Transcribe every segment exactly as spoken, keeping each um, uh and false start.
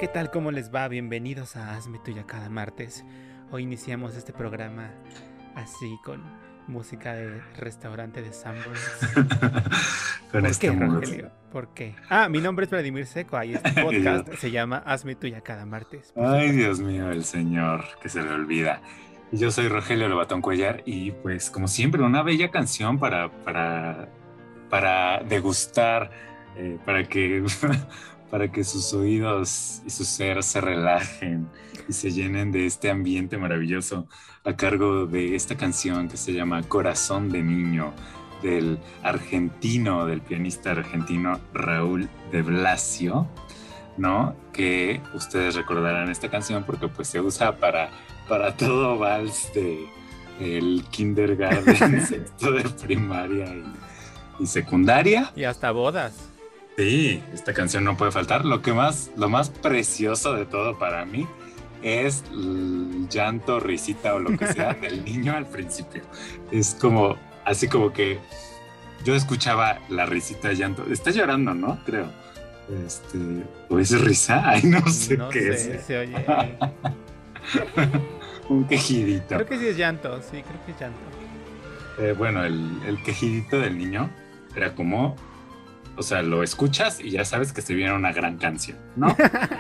¿qué tal? ¿Cómo les va? Bienvenidos a Hazme Tuya cada martes. Hoy iniciamos este programa así con música de restaurante de Sanborns. Con ¿Por este qué, mood. Rogelio? ¿Por qué? Ah, mi nombre es Vladimir Seco y este Y yo, podcast se llama Hazme Tuya cada martes, por ay, supuesto. Dios mío, el señor que se le olvida. Y yo soy Rogelio Lobatón Cuellar y pues como siempre una bella canción para, para, para degustar, eh, para que, para que sus oídos y su ser se relajen y se llenen de este ambiente maravilloso a cargo de esta canción que se llama Corazón de Niño del argentino, del pianista argentino Raúl de Blasio, ¿no? Que ustedes recordarán esta canción porque pues se usa para, para todo vals de el kindergarten, sexto de primaria y, y secundaria. Y hasta bodas. Sí, esta canción no puede faltar. Lo que más, lo más precioso de todo para mí es el llanto, risita o lo que sea del niño al principio. Es como, así como que yo escuchaba la risita de llanto. Está llorando, ¿no? Creo. Este, ¿o es risa? Ay, no sé No qué sé, es. se oye. Un quejidito. Creo que sí es llanto, sí, creo que es llanto. Eh, bueno, el, el quejidito del niño era como, o sea, lo escuchas y ya sabes que se viene una gran canción, ¿no?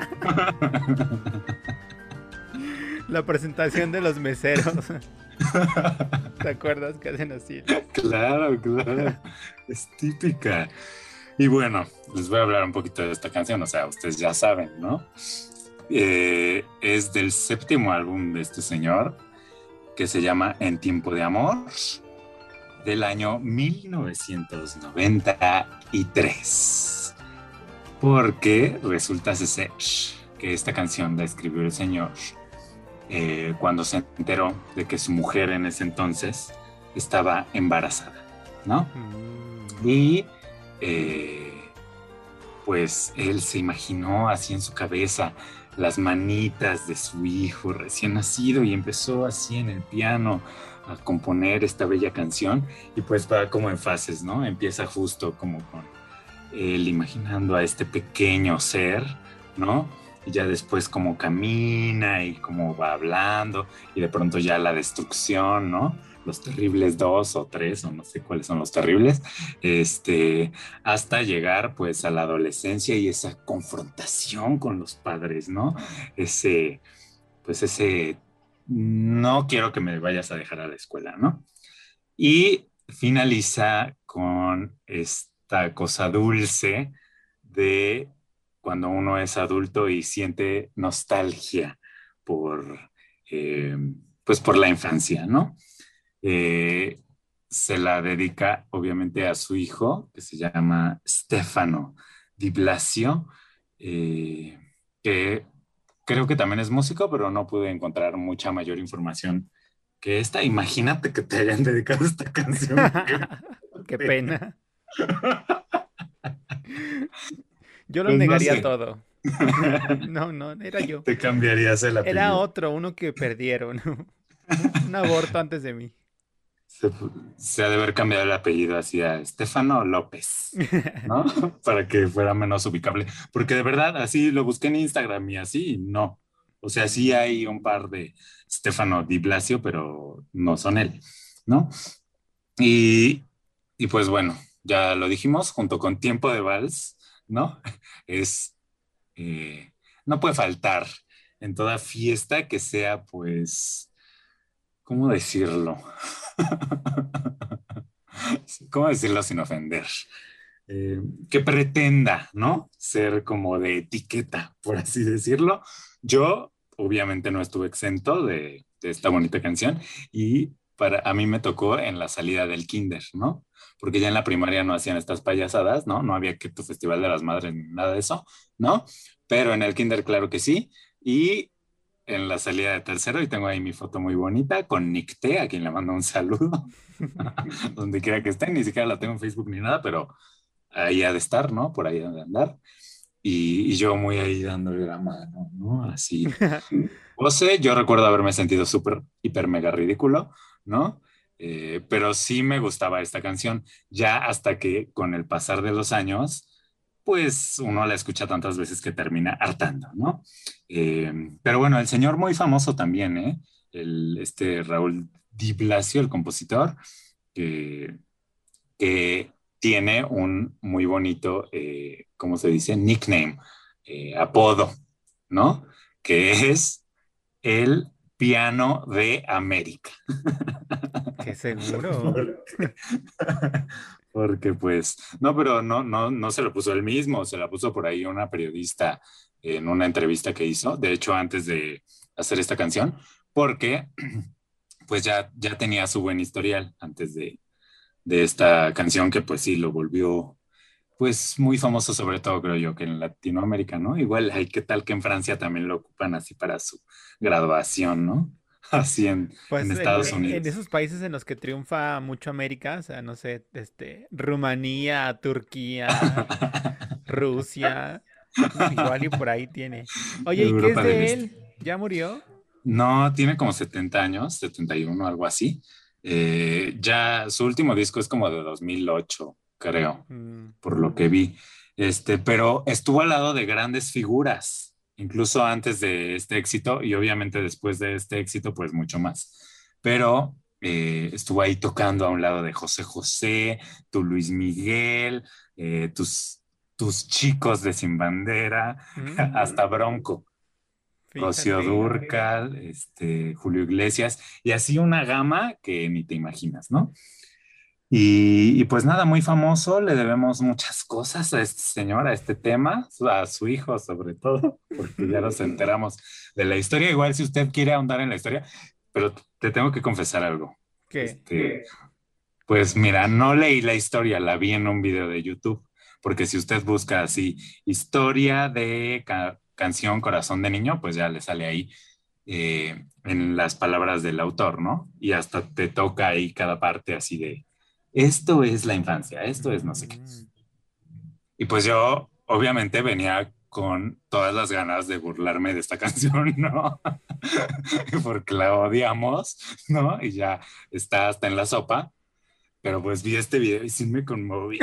La presentación de los meseros. ¿Te acuerdas que hacen así? Claro, claro. Es típica. Y bueno, les voy a hablar un poquito de esta canción, o sea, ustedes ya saben, ¿no? Eh, es del séptimo álbum de este señor, que se llama En Tiempo de Amor, del año mil novecientos noventa y tres. Porque resulta ser que esta canción la escribió el señor eh, cuando se enteró de que su mujer en ese entonces estaba embarazada, ¿no? Mm. Y eh, pues él se imaginó así en su cabeza las manitas de su hijo recién nacido y empezó así en el piano a componer esta bella canción y pues va como en fases, ¿no? Empieza justo como con él imaginando a este pequeño ser, ¿no? Y ya después como camina y como va hablando y de pronto ya la destrucción, ¿no? Los terribles dos o tres o no sé cuáles son los terribles, este, hasta llegar pues a la adolescencia y esa confrontación con los padres, ¿no? Ese, pues ese, no quiero que me vayas a dejar a la escuela, ¿no? Y finaliza con esta cosa dulce de cuando uno es adulto y siente nostalgia por, eh, pues por la infancia, ¿no? Eh, se la dedica obviamente a su hijo, que se llama Stefano Di Blasio, eh, que creo que también es músico, pero no pude encontrar mucha mayor información que esta. Imagínate que te hayan dedicado esta canción. Qué Qué pena. pena. Yo lo Pues no negaría sé. todo. No, no, era yo. Te cambiarías el Era apellido. otro, uno que perdieron. Un, un aborto antes de mí. Se, se ha de haber cambiado el apellido hacia Estefano López, ¿no? Para que fuera menos ubicable. Porque de verdad, así lo busqué en Instagram y así, no. O sea, sí hay un par de Stefano Di Blasio, pero no son él, ¿no? Y, y pues bueno, ya lo dijimos, junto con Tiempo de Vals, ¿no? Es, eh, no puede faltar en toda fiesta que sea, pues, ¿cómo decirlo? ¿Cómo decirlo sin ofender? Eh, que pretenda, ¿no? Ser como de etiqueta, por así decirlo. Yo, obviamente, no estuve exento de, de esta bonita canción y para, a mí me tocó en la salida del kinder, ¿no? Porque ya en la primaria no hacían estas payasadas, ¿no? No había que tu Festival de las Madres ni nada de eso, ¿no? Pero en el kinder, claro que sí. Y en la salida de tercero, y tengo ahí mi foto muy bonita con Nick T, a quien le mando un saludo, donde quiera que esté, ni siquiera la tengo en Facebook ni nada, pero ahí ha de estar, ¿no? Por ahí ha de andar. Y, y yo muy ahí dándole la mano, ¿no? Así. O sea, yo recuerdo haberme sentido súper, hiper, mega ridículo, ¿no? Eh, pero sí me gustaba esta canción, ya hasta que con el pasar de los años pues uno la escucha tantas veces que termina hartando, ¿no? Eh, pero bueno, el señor muy famoso también, ¿eh? El, este Raúl Di Blasio, el compositor, que, que tiene un muy bonito, eh, ¿cómo se dice? Nickname, eh, apodo, ¿no? Que es el piano de América. Qué seguro. Porque, porque, pues, no, pero no, no, no se lo puso él mismo, se la puso por ahí una periodista en una entrevista que hizo, de hecho, antes de hacer esta canción, porque pues ya, ya tenía su buen historial antes de, de esta canción que pues sí lo volvió pues muy famoso, sobre todo creo yo que en Latinoamérica, ¿no? Igual hay que tal que en Francia también lo ocupan así para su graduación, ¿no? Así en, en Pues en, Estados e- en Unidos. esos países en los que triunfa mucho América, o sea, no sé, este, Rumanía, Turquía, Rusia, igual y por ahí tiene. Oye, ¿y qué es Europa del de Este. él? ¿Ya murió? No, tiene como setenta años, setenta y uno, algo así. Eh, ya su último disco es como de dos mil ocho, creo, Mm, por lo que vi. Este, pero estuvo al lado de grandes figuras, incluso antes de este éxito y obviamente después de este éxito, pues mucho más. Pero eh, estuvo ahí tocando a un lado de José José, tu Luis Miguel, eh, tus, tus chicos de Sin Bandera, mm, hasta Bronco. Rocío fíjate. Dúrcal, este, Julio Iglesias, y así una gama que ni te imaginas, ¿no? Y, y pues nada, muy famoso, le debemos muchas cosas a este señor, a este tema, a su hijo sobre todo, porque ya nos enteramos de la historia. Igual si usted quiere ahondar en la historia, pero te tengo que confesar algo. ¿Qué? Este, pues mira, no leí la historia, la vi en un video de YouTube, porque si usted busca así, historia de ca- canción Corazón de Niño, pues ya le sale ahí eh, en las palabras del autor, ¿no? Y hasta te toca ahí cada parte así de, esto es la infancia, esto es no sé qué. Mm. Y pues yo obviamente venía con todas las ganas de burlarme de esta canción, ¿no? Porque la odiamos, ¿no? Y ya está hasta en la sopa, pero pues vi este video y sí me conmoví.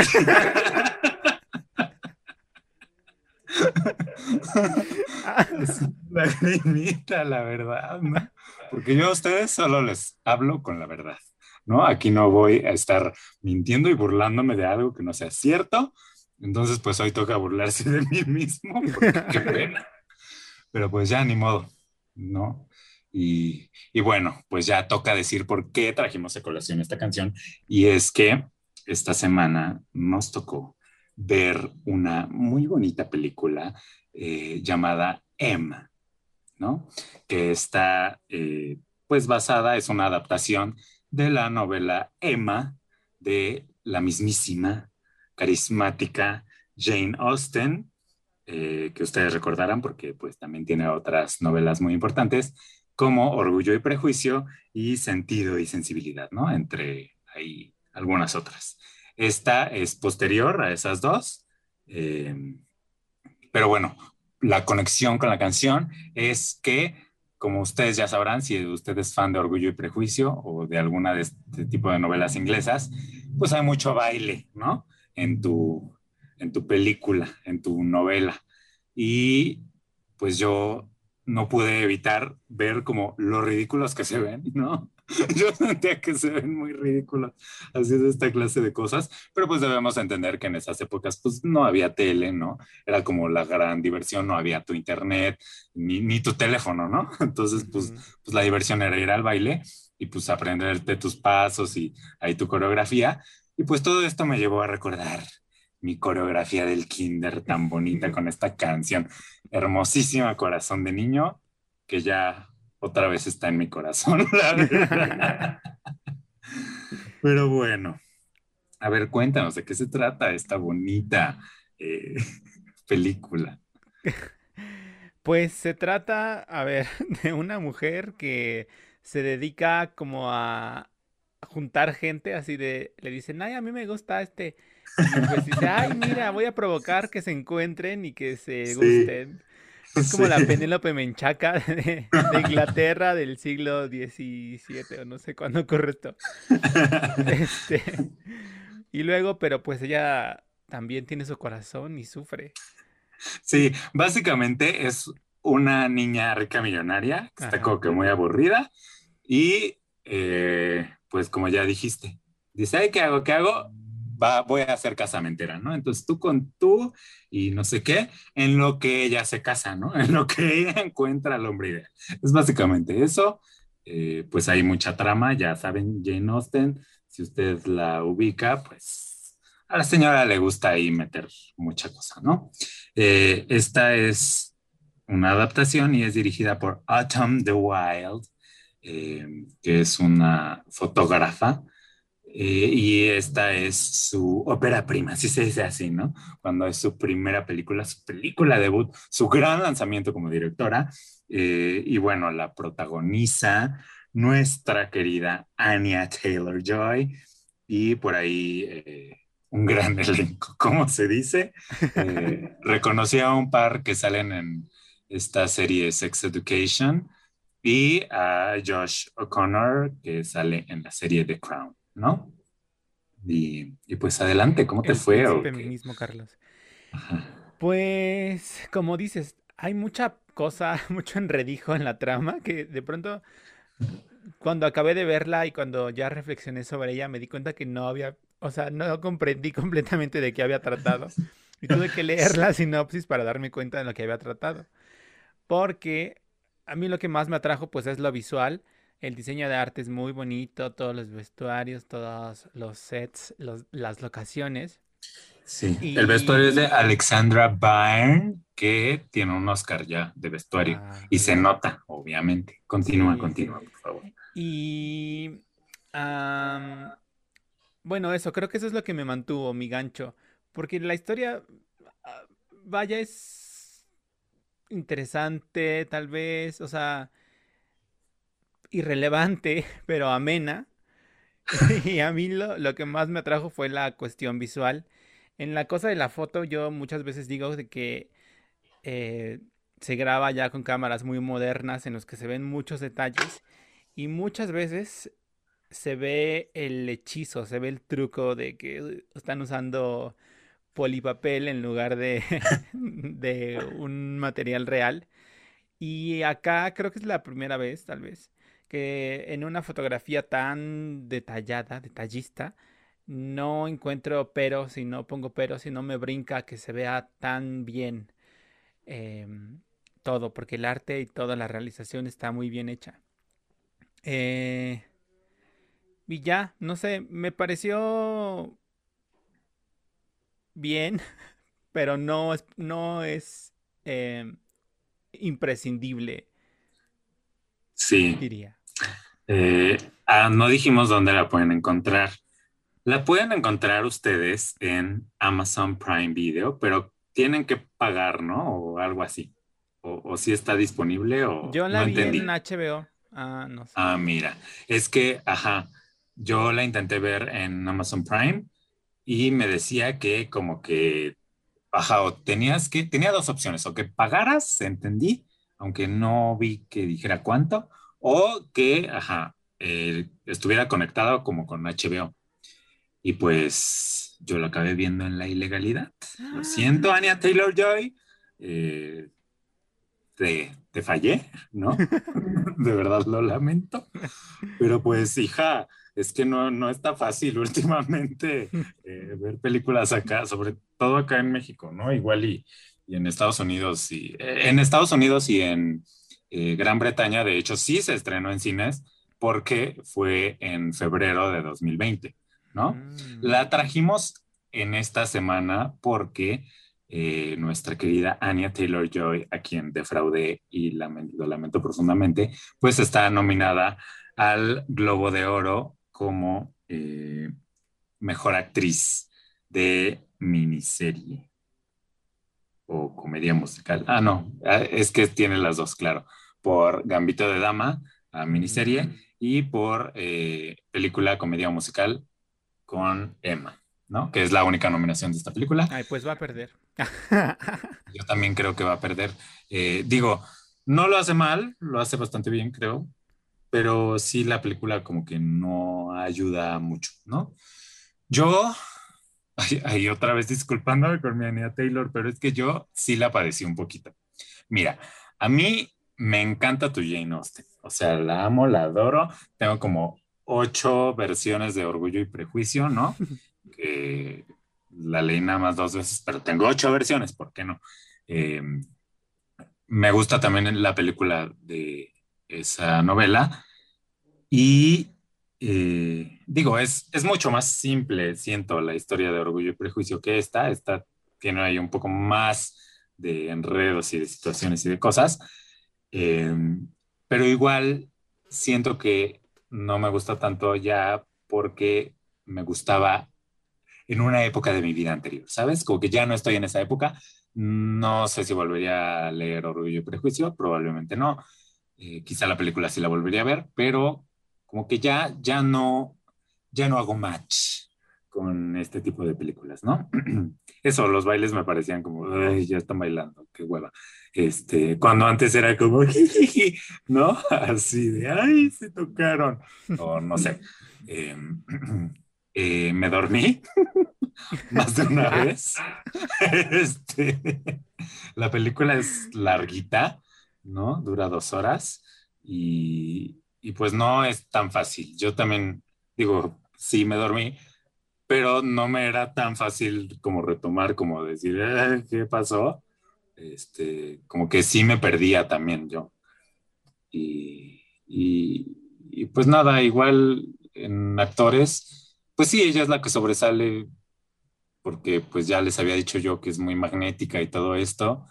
Es una lagrimita, la verdad, ¿no? Porque yo a ustedes solo les hablo con la verdad, ¿no? Aquí no voy a estar mintiendo y burlándome de algo que no sea cierto. Entonces, pues hoy toca burlarse de mí mismo, porque qué pena. Pero pues ya ni modo, ¿no? Y, y bueno, pues ya toca decir por qué trajimos a colación esta canción. Y es que esta semana nos tocó ver una muy bonita película eh, llamada M, ¿no? Que está, eh, pues, basada, es una adaptación de la novela Emma de la mismísima, carismática Jane Austen, eh, que ustedes recordarán porque, pues, también tiene otras novelas muy importantes, como Orgullo y Prejuicio y Sentido y Sensibilidad, ¿no? Entre ahí algunas otras. Esta es posterior a esas dos. Eh, pero bueno, la conexión con la canción es que, como ustedes ya sabrán, si usted es fan de Orgullo y Prejuicio o de alguna de este tipo de novelas inglesas, pues hay mucho baile, ¿no? En tu, en tu película, en tu novela. Y pues yo no pude evitar ver como lo ridículos que se ven, ¿no? Yo sentía que se ven muy ridículos haciendo esta clase de cosas, pero pues debemos entender que en esas épocas pues no había tele, ¿no? Era como la gran diversión, no había tu internet ni, ni tu teléfono, ¿no? Entonces pues, Ujú. pues la diversión era ir al baile y pues aprenderte tus pasos y ahí tu coreografía. Y pues todo esto me llevó a recordar mi coreografía del kinder tan bonita con esta canción hermosísima, Corazón de Niño, que ya otra vez está en mi corazón, la verdad. Pero bueno, a ver, cuéntanos de qué se trata esta bonita eh, película. Pues se trata, a ver, de una mujer que se dedica como a juntar gente, así de, le dicen, ay, a mí me gusta este, y pues dice, ay, mira, voy a provocar que se encuentren y que se Sí, gusten. Es como sí. la Penélope Menchaca de, de Inglaterra del siglo diecisiete o no sé cuándo ocurre esto. Este, y luego, pero pues ella también tiene su corazón y sufre. Sí, básicamente es una niña rica millonaria que está Ajá. como que muy aburrida y eh, pues como ya dijiste, dice, ay, ¿qué hago? ¿Qué hago? Va, voy a hacer casamentera, ¿no? Entonces tú con tú y no sé qué, en lo que ella se casa, ¿no? En lo que ella encuentra al hombre ideal. Es básicamente eso. Eh, pues hay mucha trama, ya saben, Jane Austen, si usted la ubica, pues a la señora le gusta ahí meter mucha cosa, ¿no? Eh, esta es una adaptación y es dirigida por Autumn the Wild, eh, que es una fotógrafa, eh, y esta es su ópera prima, si se dice así, ¿no? Cuando es su primera película, su película debut, su gran lanzamiento como directora, eh, y bueno, la protagoniza nuestra querida Anya Taylor-Joy, y por ahí eh, un gran elenco, ¿cómo se dice? Eh, reconocí a un par que salen en esta serie Sex Education y a Josh O'Connor que sale en la serie The Crown, ¿no? Y, y pues adelante, ¿cómo te El fue o príncipe qué? mismo, Carlos. Ajá. Pues, como dices, hay mucha cosa, mucho enredijo en la trama que de pronto, cuando acabé de verla y cuando ya reflexioné sobre ella, me di cuenta que no había, o sea, no comprendí completamente de qué había tratado. Y tuve que leer la sinopsis para darme cuenta de lo que había tratado. Porque a mí lo que más me atrajo, pues, es lo visual. El diseño de arte es muy bonito, todos los vestuarios, todos los sets, los- las locaciones. Sí, el vestuario es de Y... Alexandra Byrne, que tiene un Oscar ya de vestuario Ah, y se ok. nota, obviamente. Continúa, Sí. continúa, por favor. Y... am, bueno, eso, creo que eso es lo que me mantuvo, mi gancho. Porque la historia, ah, vaya, es interesante, tal vez, o sea, irrelevante, pero amena. Y a mí lo, lo que más me atrajo fue la cuestión visual. En la cosa de la foto, yo muchas veces digo de que eh, se graba ya con cámaras muy modernas en los que se ven muchos detalles y muchas veces se ve el hechizo, se ve el truco de que uh, están usando polipapel en lugar de, de un material real. Y acá creo que es la primera vez, tal vez, que en una fotografía tan detallada, detallista, no encuentro peros y no pongo peros y no me brinca que se vea tan bien em, todo, porque el arte y toda la realización está muy bien hecha. Eh, y ya, no sé, me pareció bien, pero no es, no es em, imprescindible, Sí, diría. eh, ah, no dijimos dónde la pueden encontrar. La pueden encontrar ustedes en Amazon Prime Video, pero tienen que pagar, ¿no? O algo así. O, o si está disponible o Yo no la vi entendí. en H B O. Ah, no sé. Ah, mira, es que, ajá, yo la intenté ver en Amazon Prime y me decía que como que, ajá, o tenías que, tenía dos opciones, o que pagaras, entendí, aunque no vi que dijera cuánto, o que, ajá, eh, estuviera conectado como con H B O. Y pues yo lo acabé viendo en la ilegalidad. Lo siento, Anya Taylor-Joy, eh, te, te fallé, ¿no? De verdad lo lamento. Pero pues, hija, es que no, no está fácil últimamente eh, ver películas acá, sobre todo acá en México, ¿no? Igual y, y en Estados Unidos y eh, en Estados Unidos y en eh, Gran Bretaña, de hecho, sí se estrenó en cines porque fue en febrero de dos mil veinte, ¿no? Mm. La trajimos en esta semana porque eh, nuestra querida Anya Taylor-Joy, a quien defraudé y lament lo lamento profundamente, pues está nominada al Globo de Oro como eh, mejor actriz de miniserie o comedia musical. Ah, no, ah, es que tiene las dos, claro, por Gambito de Dama, a Ujú. miniserie, y por eh, película comedia musical con Emma, ¿no? Que es la única nominación de esta película. Ay, pues va a perder. Yo también creo que va a perder. Eh, digo, no lo hace mal, lo hace bastante bien, creo, pero sí la película como que no ayuda mucho, ¿no? Yo Ay, ay, otra vez disculpándome con mi Anya Taylor, pero es que yo sí la padecí un poquito. Mira, a mí me encanta tu Jane Austen. O sea, la amo, la adoro. Tengo como ocho versiones de Orgullo y Prejuicio, ¿no? Que la leí nada más dos veces, pero tengo ocho versiones, ¿por qué no? Eh, Me gusta también la película de esa novela y eh, digo, es, es mucho más simple, siento, la historia de Orgullo y Prejuicio que esta. Esta tiene ahí un poco más de enredos y de situaciones y de cosas. Eh, pero igual siento que no me gusta tanto ya porque me gustaba en una época de mi vida anterior, ¿sabes? Como que ya no estoy en esa época. No sé si volvería a leer Orgullo y Prejuicio, probablemente no. Eh, quizá la película sí la volvería a ver, pero como que ya, ya no, ya no hago match con este tipo de películas, ¿no? Eso, los bailes me parecían como, ay, ya están bailando, qué hueva. Este, cuando antes era como, ¿no? Así de, ay, se tocaron. O no sé. Eh, eh, me dormí más de una vez. Este, la película es larguita, ¿no? Dura dos horas y, y pues no es tan fácil. Yo también digo, sí me dormí, pero no me era tan fácil como retomar, como decir, "Eh, ¿qué pasó?" Este, como que sí me perdía también yo. Y, y, y pues nada, igual en actores, pues sí, ella es la que sobresale porque pues ya les había dicho yo que es muy magnética y todo esto,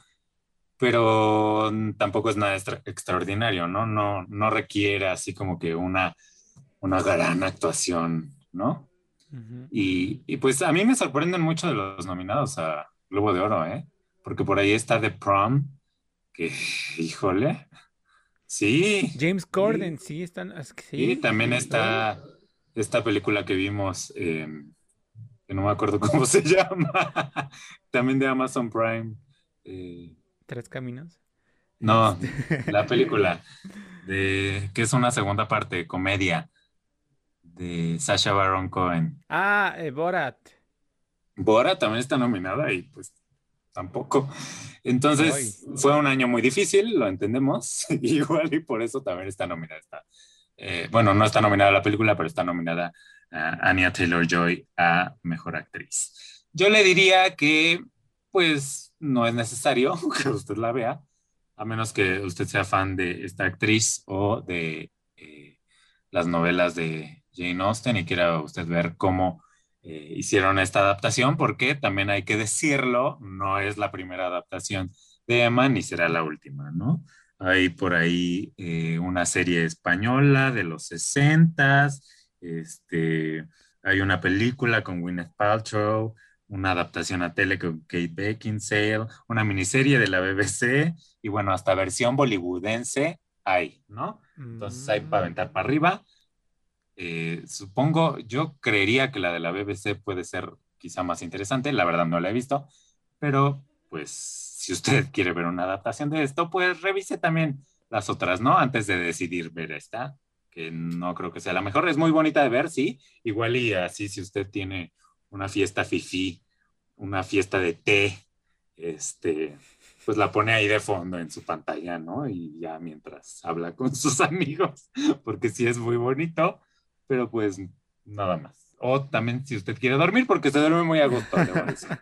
pero tampoco es nada extra- extraordinario, ¿no? No, no requiere así como que una, una gran actuación, ¿no? Ujú. Y, y pues a mí me sorprenden mucho de los nominados a Globo de Oro, ¿eh? Porque por ahí está The Prom, que, híjole, sí, James sí, Corden, sí, están, es que y sí. también está esta película que vimos, eh, que no me acuerdo cómo se llama, también de Amazon Prime. eh, Tres Caminos. no, Este. la película de que es una segunda parte, comedia de Sacha Baron Cohen. Ah, eh, Borat. Bora también está nominada y pues tampoco. Hoy. Entonces fue un año muy difícil, lo entendemos, igual y por eso también está nominada esta. Eh, bueno, no está nominada la película, pero está nominada a Anya Taylor-Joy a Mejor Actriz. Yo le diría que pues no es necesario que usted la vea, a menos que usted sea fan de esta actriz o de eh, las novelas de Jane Austen y quiera usted ver cómo eh, hicieron esta adaptación, porque también hay que decirlo, no es la primera adaptación de Emma ni será la última, ¿no? Hay por ahí eh, una serie española de los sesentas, este, hay una película con Gwyneth Paltrow, una adaptación a tele con Kate Beckinsale, una miniserie de la B B C y bueno, hasta versión bollywoodense hay, ¿no? Entonces hay para Mm, aventar para arriba. Eh, supongo, yo creería que la de la B B C puede ser quizá más interesante, la verdad no la he visto, pero pues si usted quiere ver una adaptación de esto, pues revise también las otras, ¿no? Antes de decidir ver esta, que no creo que sea la mejor. Es muy bonita de ver, sí, igual y así si usted tiene una fiesta fifí, una fiesta de té, este, pues la pone ahí de fondo en su pantalla, ¿no? Y ya mientras habla con sus amigos, porque sí es muy bonito, pero pues nada más. O también si usted quiere dormir, porque se duerme muy a gusto, debo decir.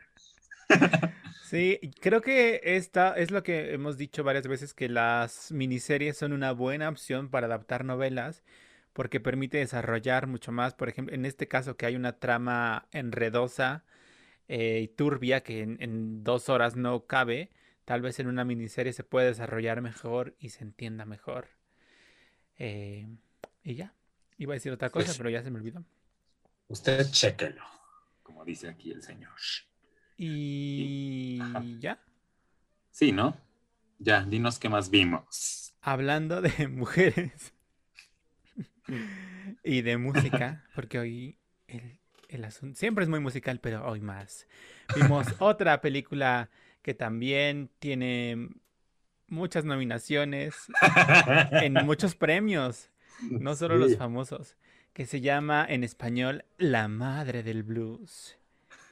sí, y creo que esta es lo que hemos dicho varias veces, que las miniseries son una buena opción para adaptar novelas, porque permite desarrollar mucho más, por ejemplo, en este caso que hay una trama enredosa eh, y turbia que en, en dos horas no cabe, tal vez en una miniserie se puede desarrollar mejor y se entienda mejor. Eh, y ya, iba a decir otra cosa, Pues pero ya se me olvidó. usted chéquelo, como dice aquí el señor. Y, ajá. Y ya, Sí, ¿no? Ya, dinos qué más vimos. hablando de mujeres y de música, porque hoy el, el asunto siempre es muy musical, pero hoy más. Vimos otra película que también tiene muchas nominaciones en muchos premios, no solo los Sí. famosos, que se llama en español La Madre del Blues.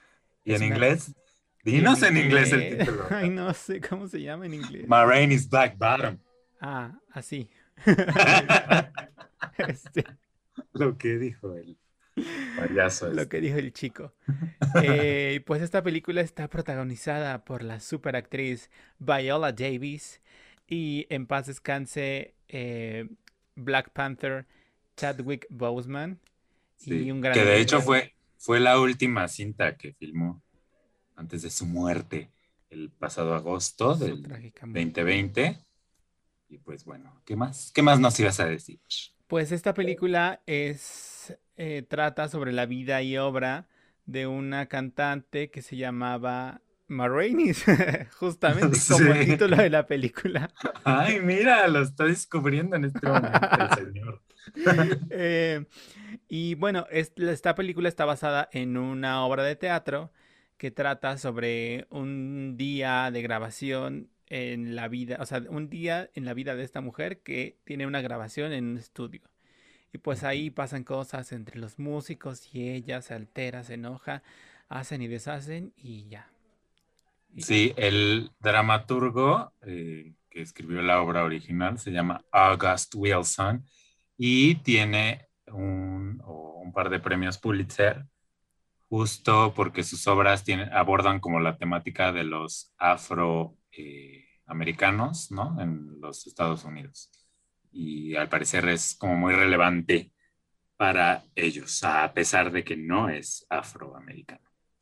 ¿Y Es en una... inglés? Y en Dinos en inglés el inglés... título. Ay, no sé cómo se llama en inglés. Ma Rain is Black Bottom. Ah, así. Mira, Este, lo que dijo el payaso lo que este. dijo el chico. Eh, pues esta película está protagonizada por la superactriz Viola Davis y en paz descanse eh, Black Panther Chadwick Boseman y Sí, un gran que de hecho elenco. fue, fue la última cinta que filmó antes de su muerte el pasado agosto Su del trágica muerte. dos mil veinte. Y pues bueno, ¿qué más? ¿Qué más nos ibas a decir? Pues esta película es eh, trata sobre la vida y obra de una cantante que se llamaba Ma Rainey, justamente Sí. como el título de la película. Ay, mira, lo está descubriendo en este momento el señor. Eh, y bueno, es- esta película está basada en una obra de teatro que trata sobre un día de grabación en la vida, o sea, un día en la vida de esta mujer que tiene una grabación en un estudio. Y pues ahí pasan cosas entre los músicos y ella se altera, se enoja, hacen y deshacen y ya. Y ya. Sí, el dramaturgo eh, que escribió la obra original se llama August Wilson y tiene un, o un par de premios Pulitzer justo porque sus obras tienen, abordan como la temática de los afroamericanos, ¿no? En los Estados Unidos. Y al parecer es como muy relevante para ellos, a pesar de que no es afroamericano.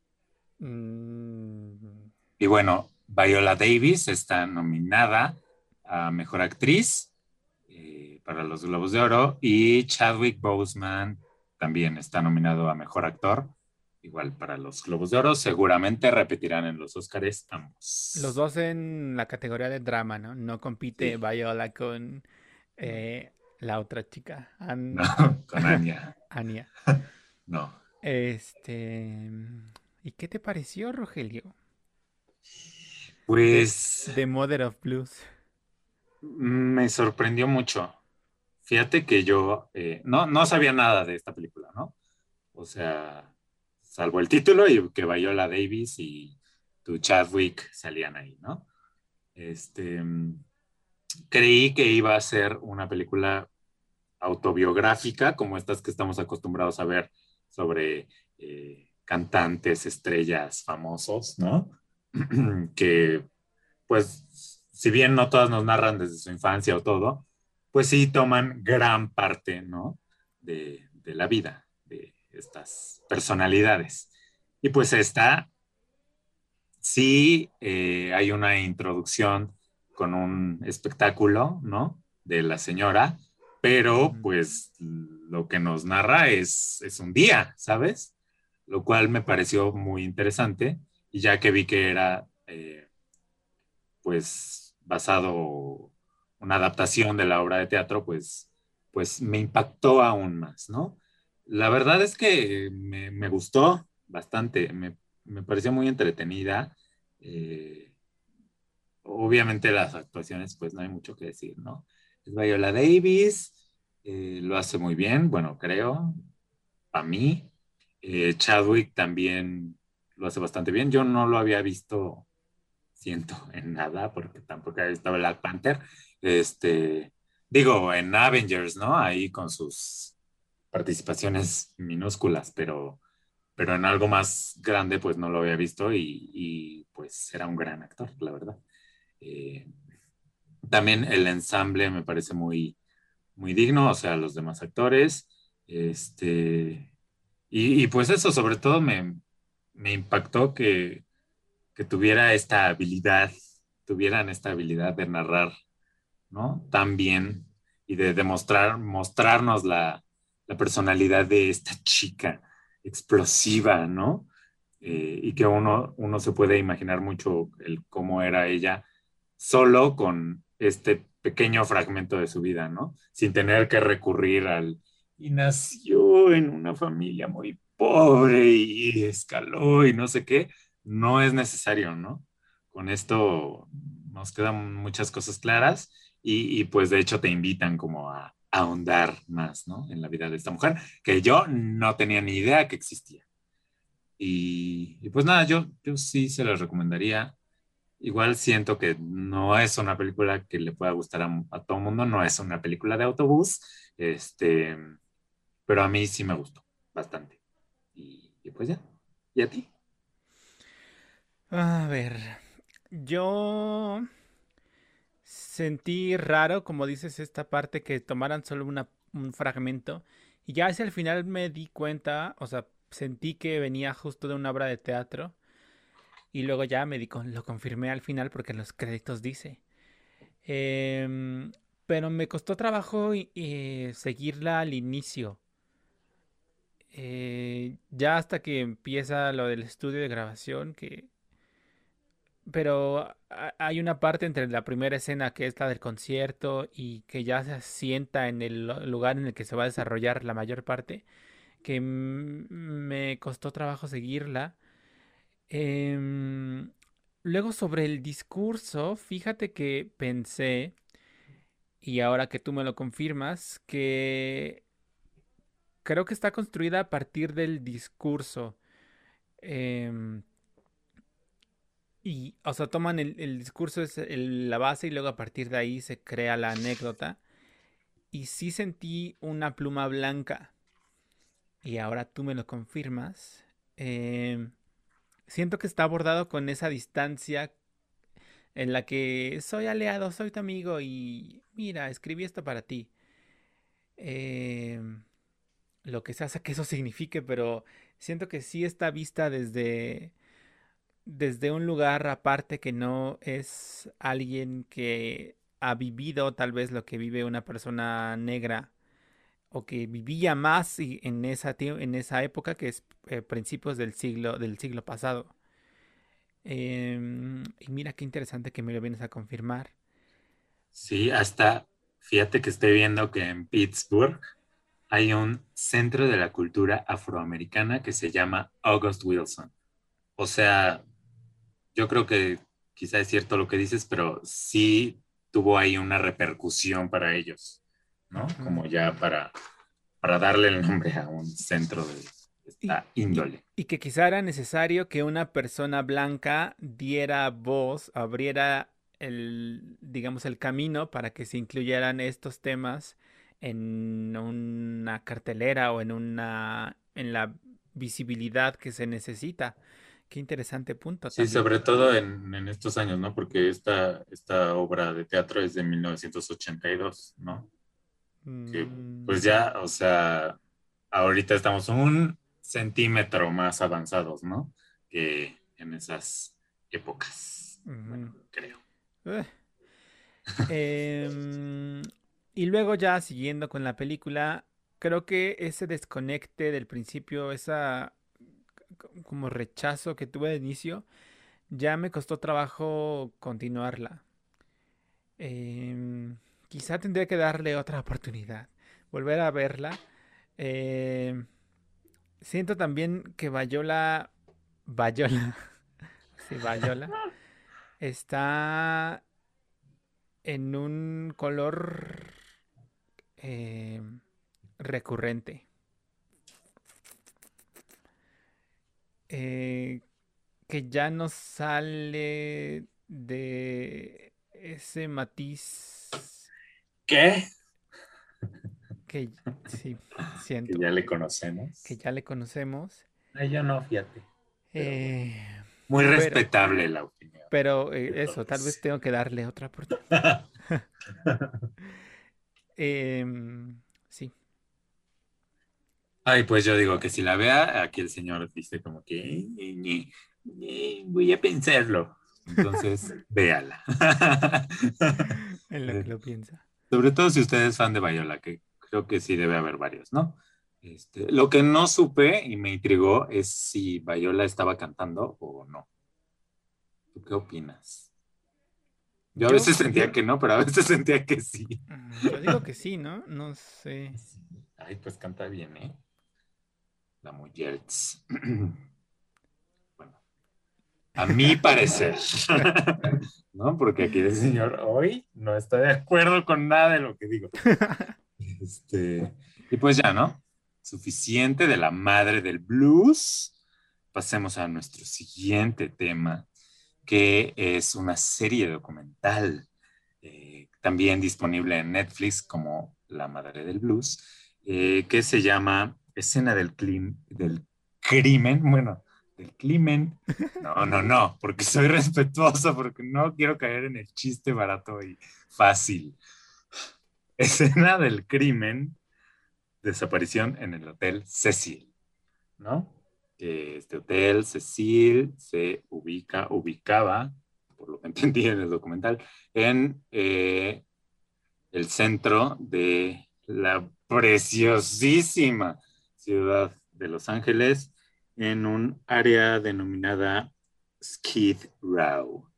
Mm, Y bueno, Viola Davis está nominada a Mejor Actriz eh, para los Globos de Oro y Chadwick Boseman también está nominado a Mejor Actor, igual para los Globos de Oro. Seguramente repetirán en los Oscars los ambos. dos en la categoría de drama, ¿no? No compite Sí, Viola con no, eh, la otra chica, no, An- con Anya, Anya. no. Este... ¿Y qué te pareció, Rogelio? De Pues The Mother of Blues. me sorprendió mucho. Fíjate que yo eh, no, no sabía nada de esta película, ¿no? O sea, salvo el título y que Viola Davis y tu Chadwick salían ahí, ¿no? Este, creí que iba a ser una película autobiográfica, como estas que estamos acostumbrados a ver sobre eh, cantantes, estrellas famosos, ¿no? Que, pues, si bien no todas nos narran desde su infancia o todo, pues sí toman gran parte, ¿no? De, de la vida de estas personalidades. Y pues esta, sí eh, hay una introducción con un espectáculo, ¿no? De la señora, pero Ujú. pues lo que nos narra es, es un día, ¿sabes? Lo cual me pareció muy interesante y ya que vi que era eh, pues basado una adaptación de la obra de teatro, pues, pues me impactó aún más, ¿no? La verdad es que me, me gustó bastante, me, me, pareció muy entretenida. Eh, obviamente las actuaciones, pues no hay mucho que decir, ¿no? Es Viola Davis, eh, lo hace muy bien, bueno, creo, a mí. Eh, Chadwick también lo hace bastante bien. Yo no lo había visto siento en nada, porque tampoco había visto Black Panther. Este, digo, en Avengers, ¿no? Ahí con sus participaciones minúsculas, pero, pero en algo más grande, pues no lo había visto y, y pues era un gran actor, la verdad. Eh, también el ensamble me parece muy, muy digno, o sea, los demás actores. Este, y, y pues eso, sobre todo me, me impactó que que tuviera esta habilidad, tuvieran esta habilidad de narrar, ¿no? Tan bien y de demostrar, mostrarnos la, la personalidad de esta chica explosiva, ¿no? Eh, y que uno, uno se puede imaginar mucho el cómo era ella solo con este pequeño fragmento de su vida, ¿no? Sin tener que recurrir al... Y nació en una familia muy pobre y escaló y no sé qué. No es necesario, ¿no? Con esto nos quedan muchas cosas claras y, y pues de hecho te invitan como a, a ahondar más, ¿no? En la vida de esta mujer, que yo no tenía ni idea que existía. Y, y pues nada, yo, yo sí se las recomendaría. Igual siento que no es una película que le pueda gustar a, a todo el mundo, no es una película de autobús, este, pero a mí sí me gustó bastante. Y, y pues ya. ¿Y a ti? A ver, yo sentí raro, como dices, esta parte que tomaran solo una, un fragmento y ya hacia el final me di cuenta, o sea, sentí que venía justo de una obra de teatro y luego ya me di con, lo confirmé al final porque en los créditos dice. Em, pero me costó trabajo y- y seguirla al inicio. Eh, ya hasta que empieza lo del estudio de grabación, que pero ha- hay una parte entre la primera escena que es la del concierto y que ya se asienta en el lo- lugar en el que se va a desarrollar la mayor parte, que mm, me costó trabajo seguirla. Em, Luego sobre el discurso, fíjate que pensé, y ahora que tú me lo confirmas, que creo que está construida a partir del discurso. Em, Y, o sea, toman el, el discurso, es el- la base y luego a partir de ahí se crea la anécdota. Y sí sentí una pluma blanca. Y ahora tú me lo confirmas. Em, Siento que está abordado con esa distancia en la que soy aliado, soy tu amigo y mira, escribí esto para ti. Em, lo que se hace que eso signifique, pero siento que sí está vista desde desde un lugar aparte que no es alguien que ha vivido tal vez lo que vive una persona negra o que vivía más y- en esa, tie- en esa época que es eh, principios del siglo, del siglo pasado. Em, y mira qué interesante que me lo vienes a confirmar. Sí, hasta fíjate que estoy viendo que en Pittsburgh hay un centro de la cultura afroamericana que se llama August Wilson. O sea, yo creo que quizá es cierto lo que dices, pero sí tuvo ahí una repercusión para ellos, ¿no? Ujú. Como ya para, para darle el nombre a un centro de Y, esta y- índole. y que quizá era necesario que una persona blanca diera voz, abriera el, digamos, el camino para que se incluyeran estos temas en una cartelera o en una, en la visibilidad que se necesita. Qué interesante punto Sí, también. sobre todo en, en estos años, ¿no? Porque esta, esta obra de teatro es de mil novecientos ochenta y dos, ¿no? Que pues Mm, ya, o sea, ahorita estamos un centímetro más avanzados, ¿no? Que en esas épocas. Bueno, ujú. creo. Eh, em, y luego ya siguiendo con la película, creo que ese desconecte del principio, esa co- como rechazo que tuve de inicio, ya me costó trabajo continuarla. Em, Quizá tendría que darle otra oportunidad, volver a verla. Em, Siento también que Bayola, Bayola, sí, Bayola, está en un color em, recurrente. Eh, que ya no sale de ese matiz ¿Qué? que sí, Que siento ya le que conocemos. ya le conocemos. Ay, yo no, fíjate. Pero bueno. Eh, Muy pero, respetable la opinión pero eh, de eso, tal vez todos. tengo que darle otra oportunidad. Em, sí. Ay, pues yo digo que si la vea, aquí el señor dice como que "Ñe, Ñe, Ñe, voy a pensarlo. Entonces, véala. En lo que Eh, lo piensa. Sobre todo si usted es fan de Viola, que creo que sí debe haber varios, ¿no? Este, lo que no supe y me intrigó es si Viola estaba cantando o no. ¿Tú qué opinas? Yo a Yo, veces sentía que no, pero a veces sentía que sí. mm, yo digo que sí, ¿no? No sé. Sí. Ay, pues canta bien, ¿eh? La mujer. Bueno, a mi parecer, ¿no? Porque aquí el señor hoy no está de acuerdo con nada de lo que digo. Este, y pues ya, ¿no? Suficiente de la madre del blues. pasemos a nuestro siguiente tema, que es una serie documental, eh, también disponible en Netflix como La Madre del Blues, eh, que se llama Escena del, clim- del Crimen, bueno, del Crimen. No, no, no, porque soy respetuoso, porque no quiero caer en el chiste barato y fácil. Escena del crimen, desaparición en el Hotel Cecil, ¿no? Que este hotel Cecil se ubica, ubicaba, por lo que entendí en el documental, en eh, el centro de la preciosísima ciudad de Los Ángeles, en un área denominada Skid Row,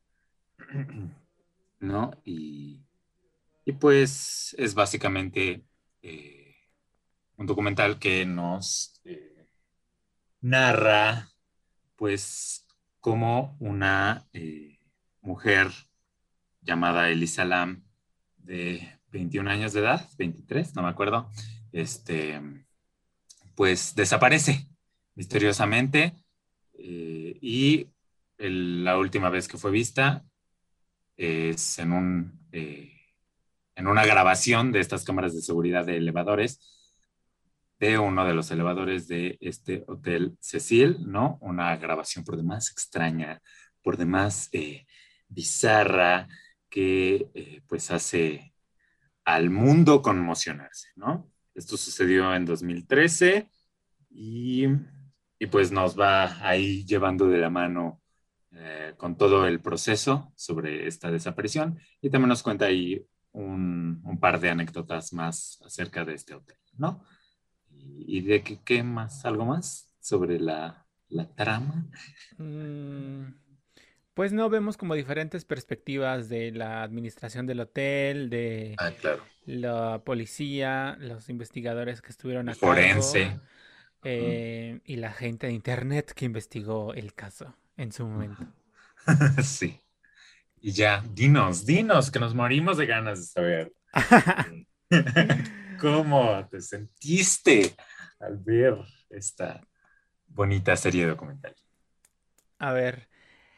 ¿no? Y, y pues es básicamente eh, un documental que nos eh, narra, pues, como una eh, mujer llamada Elisa Lam, de veintiún años de edad, veintitrés, no me acuerdo, este, pues desaparece misteriosamente, eh, y el- la última vez que fue vista es en un, eh, en una grabación de estas cámaras de seguridad de elevadores, de uno de los elevadores de este Hotel Cecil, ¿no? Una grabación por demás extraña, por demás eh, bizarra, que eh, pues hace al mundo conmocionarse, ¿no? Esto sucedió en dos mil trece y, y pues nos va ahí llevando de la mano eh, con todo el proceso sobre esta desaparición, y también nos cuenta ahí un, un par de anécdotas más acerca de este hotel, ¿no? ¿Y, y de qué, qué más? ¿Algo más sobre la, la trama? Mm, pues no, vemos como diferentes perspectivas de la administración del hotel, de Ah, claro. la policía, los investigadores que estuvieron El a cargo, forense. Ujú. eh, y la gente de internet que investigó el caso en su momento. Ujú. Sí. Y ya, dinos, dinos, que nos morimos de ganas de saber. eh, ¿Cómo te sentiste al ver esta bonita serie documental? A ver,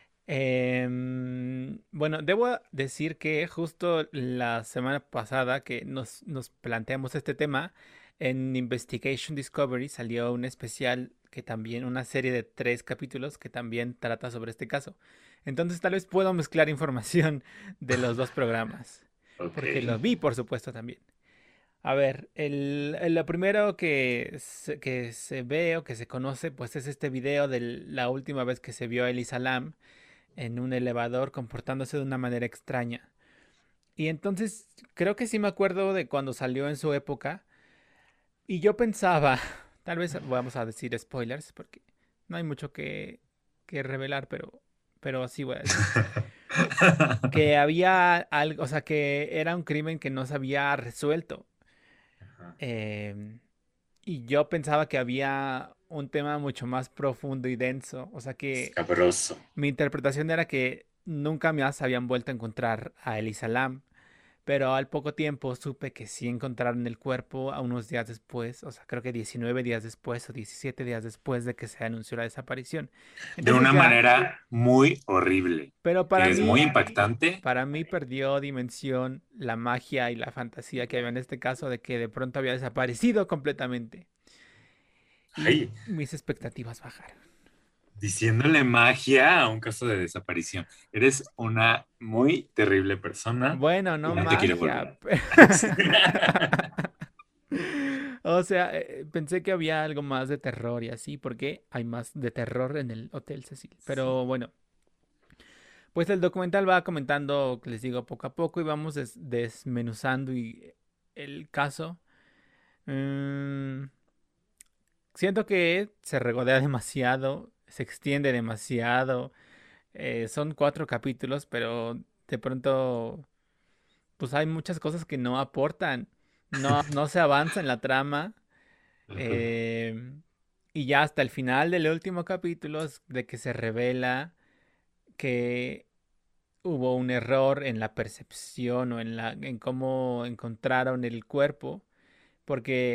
em, bueno, debo decir que justo la semana pasada que nos, nos planteamos este tema, en Investigation Discovery salió un especial que también, una serie de tres capítulos que también trata sobre este caso. Entonces tal vez puedo mezclar información de los dos programas, Ok. porque lo vi, por supuesto, también. A ver, el, el- lo primero que se, que se ve o que se conoce, pues es este video de la última vez que se vio a Elisa Lam en un elevador comportándose de una manera extraña. Y entonces creo que sí me acuerdo de cuando salió en su época. Y yo pensaba, tal vez vamos a decir spoilers, porque no hay mucho que, que revelar, pero, pero sí voy a decir. Que había algo, o sea, que era un crimen que no se había resuelto. Ajá. Em, y yo pensaba que había un tema mucho más profundo y denso. O sea que Escabroso. mi interpretación era que nunca más habían vuelto a encontrar a Elisa Lam, pero al poco tiempo supe que sí encontraron el cuerpo a unos días después, o sea, creo que diecinueve días después o diecisiete días después de que se anunció la desaparición. De Entonces una ya, manera muy horrible, pero para que es muy mí, impactante. para mí perdió dimensión la magia y la fantasía que había en este caso de que de pronto había desaparecido completamente y Ay, mis expectativas bajaron. diciéndole magia a un caso de desaparición. Eres una muy terrible persona Bueno, y no no te quiero magia. volver. O sea, eh, pensé que había algo más de terror y así, porque hay más de terror en el Hotel Cecil. Sí. Pero bueno, pues el documental va comentando, les digo, poco a poco y vamos des- desmenuzando y el caso. Mm, siento que se regodea demasiado, se extiende demasiado. Eh, son cuatro capítulos, pero de pronto, pues hay muchas cosas que no aportan. No, no se avanza en la trama. Ajá. Eh, y ya hasta el final del último capítulo es de que se revela que hubo un error en la percepción o en la, en cómo encontraron el cuerpo, porque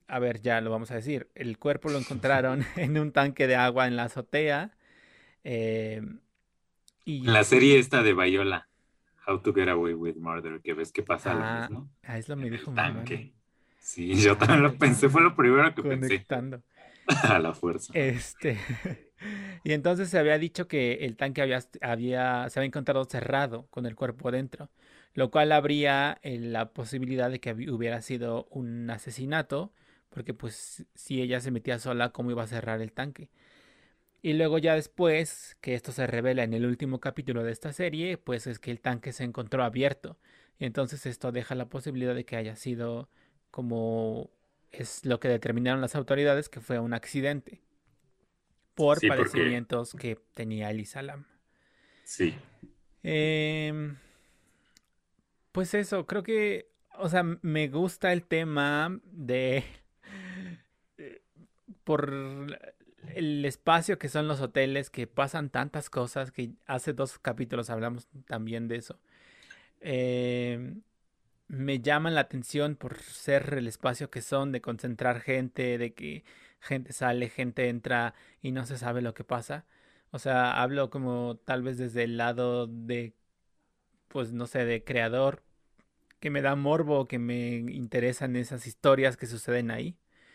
a ver, ya lo vamos a decir, el cuerpo lo encontraron en un tanque de agua en la azotea. eh, En y, la serie esta de Viola, How to Get Away with Murder, que ves que pasa lo ah, mismo ah, eso me en dijo el mi hermano. tanque. Sí, yo Ah, también lo mira, pensé, fue lo primero que pensé, conectando. a la fuerza. Este, y entonces se había dicho que el tanque había, había, se había encontrado cerrado con el cuerpo dentro, lo cual habría eh, la posibilidad de que hubi- hubiera sido un asesinato, porque pues si ella se metía sola, ¿cómo iba a cerrar el tanque? Y luego ya después, que esto se revela en el último capítulo de esta serie, pues es que el tanque se encontró abierto. Y entonces esto deja la posibilidad de que haya sido como es lo que determinaron las autoridades, que fue un accidente por Sí, porque, padecimientos que tenía Elisa Lam. sí, Em, pues eso, creo que, o sea, me gusta el tema de eh, por el espacio que son los hoteles, que pasan tantas cosas, que hace dos capítulos hablamos también de eso. Em, Me llaman la atención por ser el espacio que son, de concentrar gente, de que gente sale, gente entra y no se sabe lo que pasa. O sea, hablo como tal vez desde el lado de, pues no sé, de creador, que me da morbo, que me interesan esas historias que suceden ahí.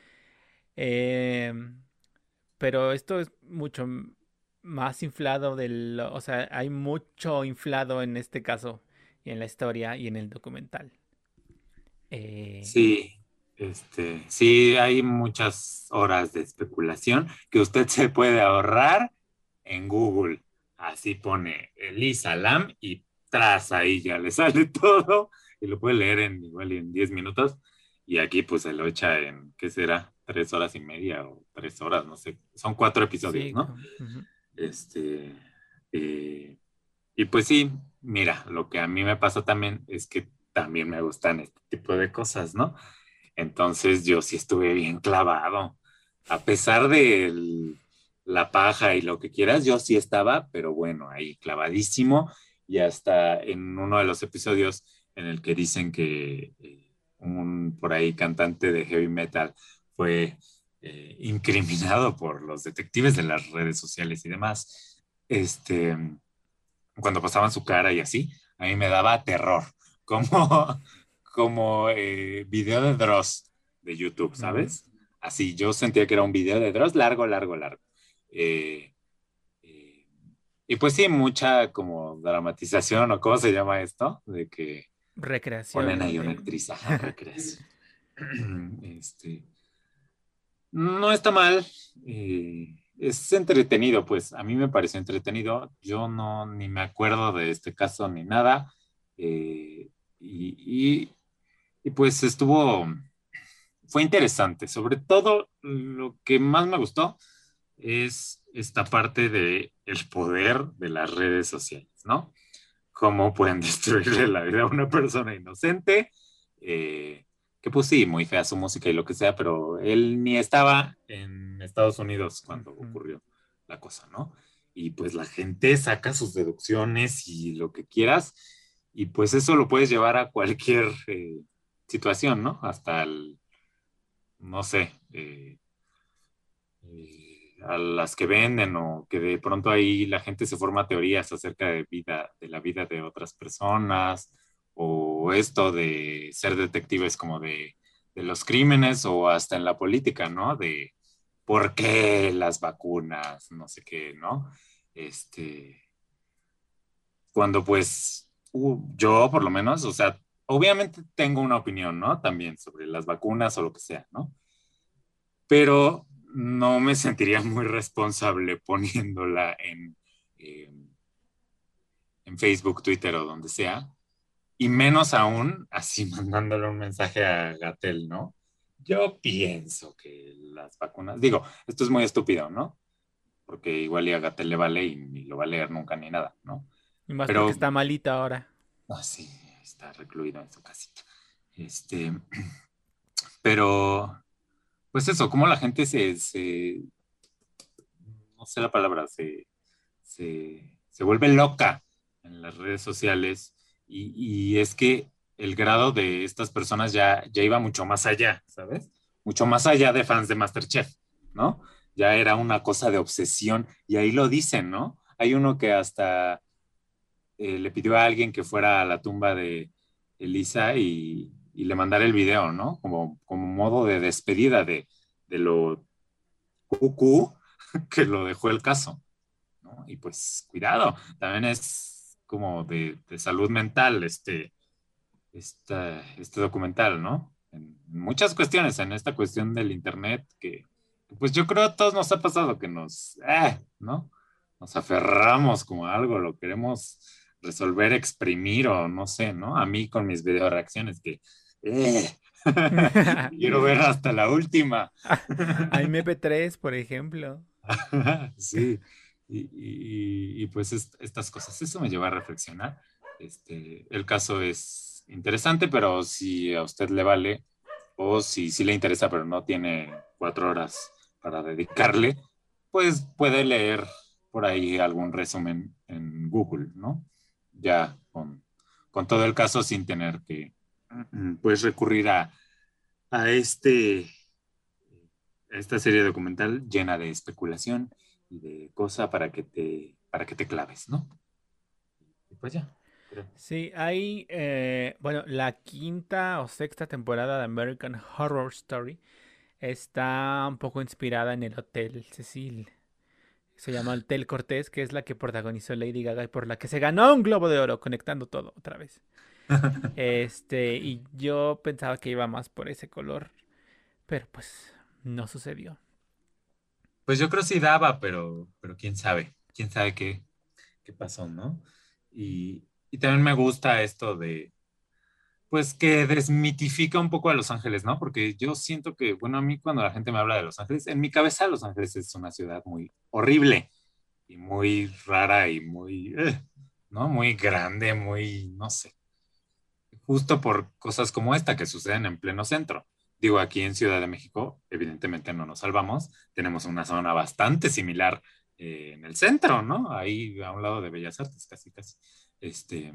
Em, pero esto es mucho m- más inflado del, o sea, hay mucho inflado en este caso, y en la historia y en el documental. Eh, sí, este, sí, hay muchas horas de especulación que usted se puede ahorrar en Google. Así pone Elisa Lam y tras ahí ya le sale todo y lo puede leer en igual y en diez minutos. Y aquí pues se lo echa en, ¿qué será? Tres horas y media o tres horas, no sé. Son cuatro episodios, sí, ¿no? com- ujú. Este, eh, y pues sí, mira, lo que a mí me pasa también es que también me gustan este tipo de cosas, ¿no? Entonces yo sí estuve bien clavado. A pesar de el- la paja y lo que quieras, yo sí estaba, pero bueno, ahí clavadísimo. Y hasta en uno de los episodios en el que dicen que eh, un por ahí cantante de heavy metal fue eh, incriminado por los detectives de las redes sociales y demás, este, cuando pasaban su cara y así, a mí me daba terror, como, como eh, video de Dross de YouTube, Ujú. ¿sabes? Así, yo sentía que era un video de Dross largo, largo, largo. Eh, eh, y pues sí, mucha como dramatización, o cómo se llama esto, de que ponen Recreación ahí una de... actriz a recreación. Este, no está mal, eh, es entretenido, pues a mí me pareció entretenido. Yo no ni me acuerdo de este caso ni nada. eh, y, y- y, pues estuvo, fue interesante. Sobre todo lo que más me gustó es esta parte de el poder de las redes sociales, ¿no? Cómo pueden destruirle la vida a una persona inocente. eh, que pues sí, muy fea su música y lo que sea, pero él ni estaba en Estados Unidos cuando Ujú. ocurrió la cosa, ¿no? Y pues la gente saca sus deducciones y lo que quieras, y pues eso lo puedes llevar a cualquier eh, situación, ¿no? Hasta el, no sé, eh, eh, a las que venden o que de pronto ahí la gente se forma teorías acerca de vida, de la vida de otras personas, o esto de ser detectives como de, de los crímenes o hasta en la política, ¿no? De por qué las vacunas, no sé qué, ¿no? Este, cuando pues uh, yo por lo menos, o sea, obviamente tengo una opinión, ¿no? También sobre las vacunas o lo que sea, ¿no? Pero no me sentiría muy responsable poniéndola en, eh, en Facebook, Twitter o donde sea, y menos aún así mandándole un mensaje a Gatel, ¿no? Yo pienso que las vacunas, digo, esto es muy estúpido, ¿no? Porque igual y a Gatel le vale y ni lo va a leer nunca ni nada, ¿no? Y más porque Pero, está malita ahora. así, sí, está recluido en su casita. Este, pero, pues eso, como la gente se, se, no sé la palabra, se, se, se vuelve loca en las redes sociales y, y es que el grado de estas personas ya, ya iba mucho más allá, ¿sabes? mucho más allá de fans de MasterChef, ¿no? Ya era una cosa de obsesión y ahí lo dicen, ¿no? Hay uno que hasta eh, le pidió a alguien que fuera a la tumba de Elisa y, y le mandara el video, ¿no? Como, como modo de despedida de, de lo cucú que lo dejó el caso, ¿no? Y pues cuidado, también es como de, de salud mental este, esta, este documental, ¿no? En muchas cuestiones, en esta cuestión del Internet, que pues yo creo a todos nos ha pasado que nos, eh, ¿no? Nos aferramos como a algo, lo queremos resolver, exprimir o no sé, ¿no? A mí con mis video reacciones que, eh, quiero ver hasta la última. A M P tres, por ejemplo. Sí, y, y- y, pues est- estas cosas, eso me lleva a reflexionar. Este, el caso es interesante, pero si a usted le vale, o si sí le interesa, pero no tiene cuatro horas para dedicarle, pues puede leer por ahí algún resumen en Google, ¿no? Ya con, con todo el caso sin tener que, mm, pues, recurrir a, a este esta serie documental llena de especulación y de cosa para que te, para que te claves, ¿no? Y pues ya, creo. Sí, hay, eh, bueno, la quinta o sexta temporada de American Horror Story está un poco inspirada en el Hotel Cecil. Se llama Hotel Cortés, que es la que protagonizó Lady Gaga y por la que se ganó un Globo de Oro, conectando todo otra vez. Este, y yo pensaba que iba más por ese color, pero pues no sucedió. Pues yo creo sí daba, pero, pero quién sabe, quién sabe qué, qué pasó, ¿no? Y, y también me gusta esto de, pues que desmitifica un poco a Los Ángeles, ¿no? Porque yo siento que, bueno, a mí cuando la gente me habla de Los Ángeles, en mi cabeza Los Ángeles es una ciudad muy horrible y muy rara y muy, eh, ¿no? Muy grande, muy, no sé, justo por cosas como esta que suceden en pleno centro. Digo, aquí en Ciudad de México, evidentemente no nos salvamos, tenemos una zona bastante similar eh, en el centro, ¿no? Ahí a un lado de Bellas Artes, casi, casi. Este,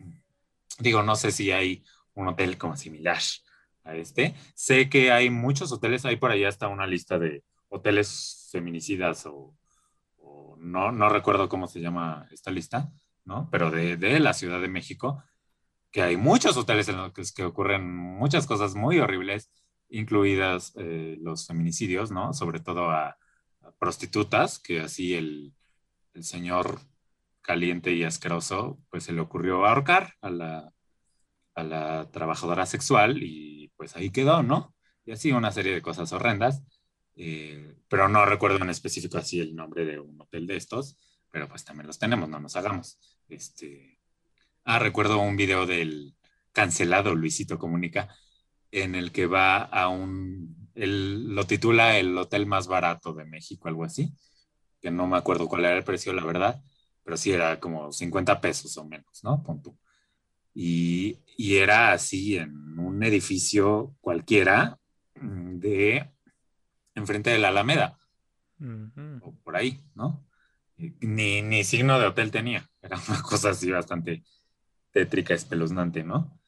digo, no sé si hay un hotel como similar a este. Sé que hay muchos hoteles, hay por allá hasta una lista de hoteles feminicidas o, o no, no recuerdo cómo se llama esta lista, ¿no? Pero de, de la Ciudad de México que hay muchos hoteles en los que, que ocurren muchas cosas muy horribles, incluidas eh, los feminicidios, ¿no? Sobre todo a, a prostitutas, que así el, el, señor caliente y asqueroso, pues se le ocurrió ahorcar a la, a la trabajadora sexual y pues ahí quedó, ¿no? Y así una serie de cosas horrendas, eh, pero no recuerdo en específico así el nombre de un hotel de estos, pero pues también los tenemos, no nos hagamos. Este, Ah, recuerdo un video del cancelado Luisito Comunica en el que va a un, él lo titula el hotel más barato de México, algo así, que no me acuerdo cuál era el precio, la verdad, pero sí era como cincuenta pesos o menos, ¿no? Punto. Y, y era así en un edificio cualquiera mm, de enfrente de la Alameda, Ujú. o por ahí, ¿no? Y Ni, ni signo de hotel tenía, era una cosa así bastante tétrica, espeluznante, ¿no?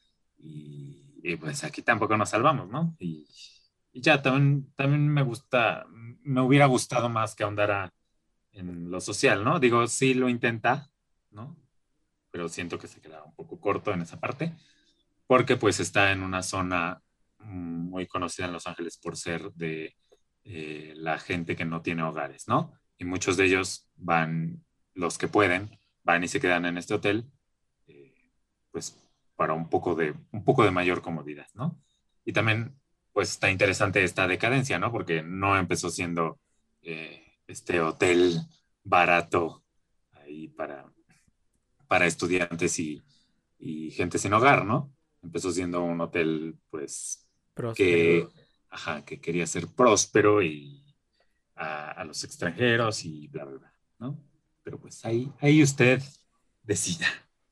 Y, y, pues aquí tampoco nos salvamos, ¿no? Y, y ya, también, también me gusta, me hubiera gustado más que ahondara en lo social, ¿no? Digo, sí lo intenta, ¿no? Pero siento que se queda un poco corto en esa parte, porque pues está en una zona mm, muy conocida en Los Ángeles por ser de eh, la gente que no tiene hogares, ¿no? Y muchos de ellos van, los que pueden, van y se quedan en este hotel eh, pues para un poco de, un poco de mayor comodidad, ¿no? Y también, pues está interesante esta decadencia, ¿no? Porque no empezó siendo eh, este hotel barato ahí para, para estudiantes y, y gente sin hogar, ¿no? Empezó siendo un hotel, pues, Próspero. que, ajá, que quería ser próspero y a, a los extranjeros y bla, bla, bla, ¿no? Pero pues ahí, ahí usted decida.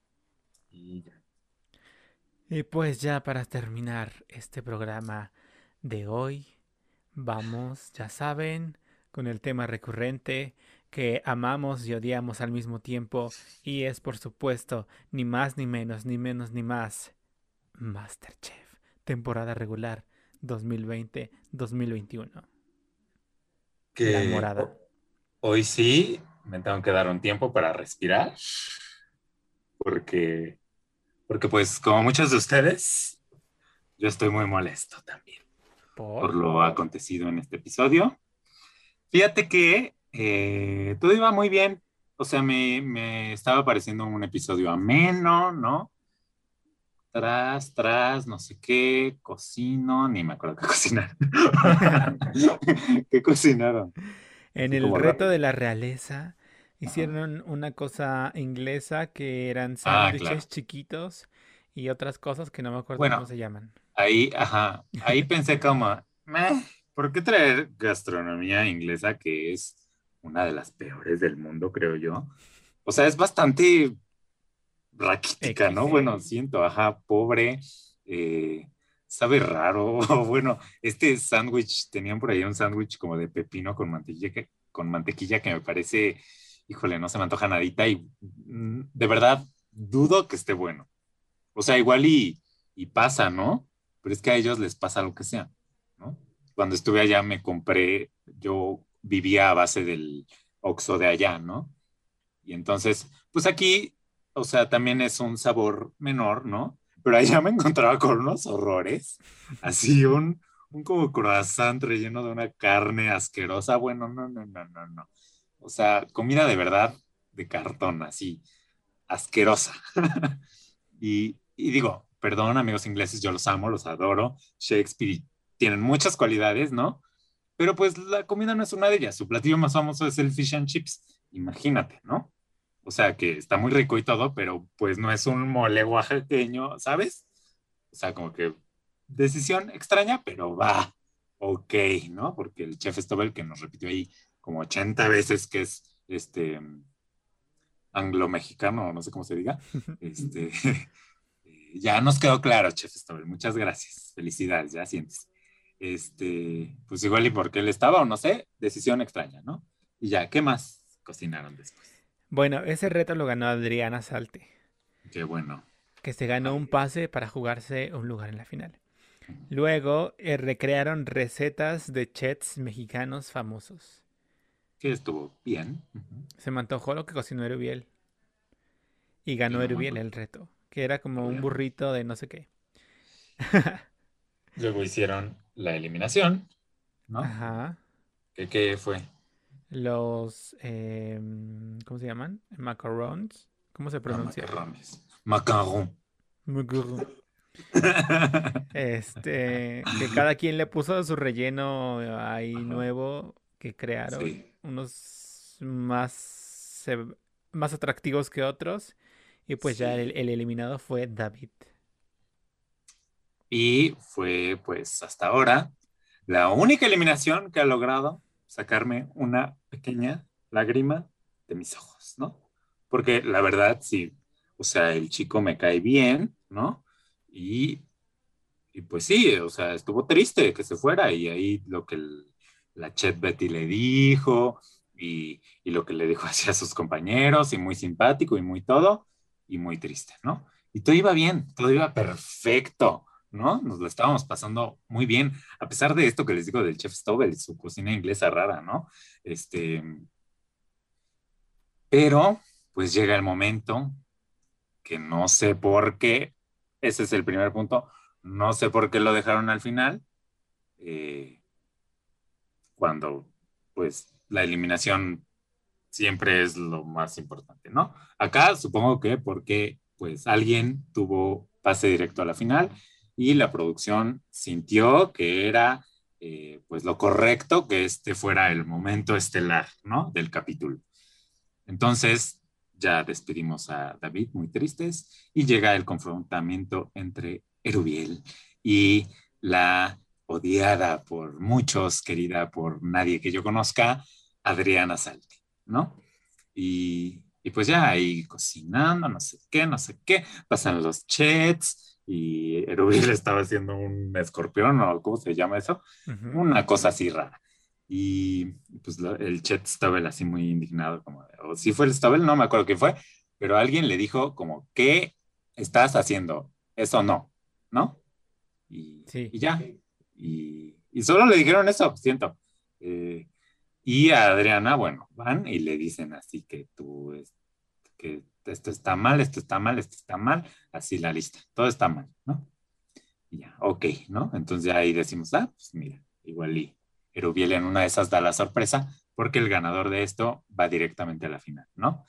Y ya. Y pues ya para terminar este programa de hoy, vamos, ya saben, con el tema recurrente que amamos y odiamos al mismo tiempo y es por supuesto ni más ni menos, ni menos ni más, MasterChef, temporada regular dos mil veinte, dos mil veintiuno. La Que morada. ho- hoy sí me tengo que dar un tiempo para respirar, porque, porque pues como muchos de ustedes, yo estoy muy molesto también ¿Por? por lo acontecido en este episodio. Fíjate que eh, todo iba muy bien, o sea, me, me estaba pareciendo un episodio ameno, ¿no? Tras, tras, no sé qué, cocino, ni me acuerdo qué cocinar. ¿Qué cocinaron? En Así el como reto rápido. de la realeza Ajá. hicieron una cosa inglesa que eran Ah, claro. sándwiches chiquitos y otras cosas que no me acuerdo cómo Bueno, se llaman. ahí, ajá, ahí pensé como, "Meh, ¿por qué traer gastronomía inglesa que es una de las peores del mundo, creo yo? O sea, es bastante raquítica, ¿no? X. Bueno, siento, ajá, pobre, eh, sabe raro. O bueno, este sándwich, tenían por ahí un sándwich como de pepino con mantequilla, que, con mantequilla que me parece, híjole, no se me antoja nadita y mm, de verdad dudo que esté bueno. O sea, igual y, y pasa, ¿no? Pero es que a ellos les pasa lo que sea, ¿no? Cuando estuve allá me compré, yo vivía a base del Oxxo de allá, ¿no? Y entonces, pues aquí, o sea, también es un sabor menor, ¿no? Pero allá me encontraba con unos horrores, así un, un como croissant relleno de una carne asquerosa. Bueno, no, no, no, no, no. O sea, comida de verdad de cartón, así, asquerosa. Y, y digo, perdón, amigos ingleses, yo los amo, los adoro. Shakespeare y tienen muchas cualidades, ¿no? Pero pues la comida no es una de ellas. Su platillo más famoso es el fish and chips. Imagínate, ¿no? O sea, que está muy rico y todo, pero pues no es un mole oaxaqueño, ¿sabes? O sea, como que decisión extraña, pero va, ok, ¿no? Porque el chef Stobel que nos repitió ahí como ochenta veces que es este anglo-mexicano, no sé cómo se diga, este, ya nos quedó claro, chef Stobel, muchas gracias, felicidades, ya sientes. Este, pues igual y porque él estaba o no sé, decisión extraña, ¿no? Y ya, ¿qué más cocinaron después? Bueno, ese reto lo ganó Adriana Salte, Qué bueno. que se ganó Ay, un pase para jugarse un lugar en la final. Luego eh, recrearon recetas de chefs mexicanos famosos. que estuvo bien. Uh-huh. Se me antojó lo que cocinó Erubiel y Que ganó no me Erubiel acuerdo, el reto, que era como un obviamente. burrito de no sé qué. Luego hicieron la eliminación, ¿no? Ajá. ¿Qué, qué fue? Los, em, ¿cómo se llaman? Macarons. ¿Cómo se Ah, pronuncia? macarrones. Macaron. Macaron. Este, que cada quien le puso su relleno ahí Ajá, nuevo que crearon, sí, unos más, eh, más atractivos que otros. Y pues ya el, sí. el eliminado fue David. Y fue, pues, hasta ahora la única eliminación que ha logrado sacarme una pequeña lágrima de mis ojos, ¿no? Porque la verdad, sí, o sea, el chico me cae bien, ¿no? Y, y pues sí, o sea, estuvo triste que se fuera y ahí lo que el- la Chet Betty le dijo y, y lo que le dijo hacia sus compañeros y muy simpático y muy todo y muy triste, ¿no? Y todo iba bien, todo iba perfecto, ¿no? Nos lo estábamos pasando muy bien, a pesar de esto que les digo del chef Stobel y su cocina inglesa rara, ¿no? Este, pero pues llega el momento que no sé por qué, ese es el primer punto, no sé por qué lo dejaron al final, eh, cuando pues la eliminación siempre es lo más importante, ¿no? Acá supongo que porque pues alguien tuvo pase directo a la final y la producción sintió que era eh, pues lo correcto que este fuera el momento estelar, ¿no? Del capítulo. Entonces ya despedimos a David muy tristes y llega el confrontamiento entre Erubiel y la odiada por muchos, querida por nadie que yo conozca, Adriana Salte, ¿no? Y, y pues ya ahí cocinando, no sé qué, no sé qué, pasan los chats y Erubiel estaba haciendo un escorpión o ¿cómo se llama eso? Ujú. Una cosa así rara. Y pues lo- el chat Stubble así muy indignado, como, de- o si fue el Stubble, no me acuerdo quién fue, pero alguien le dijo como, ¿qué estás haciendo? Eso no, ¿no? Y, Sí. y ya. Y solo le dijeron eso, siento. Eh, y a Adriana, bueno, van y le dicen así que tú, es- que esto está mal, esto está mal, esto está mal, así la lista, todo está mal, ¿no? Y ya, ok, ¿no? Entonces ya ahí decimos, ah, pues mira, igual y Erubiel en una de esas da la sorpresa, porque el ganador de esto va directamente a la final, ¿no?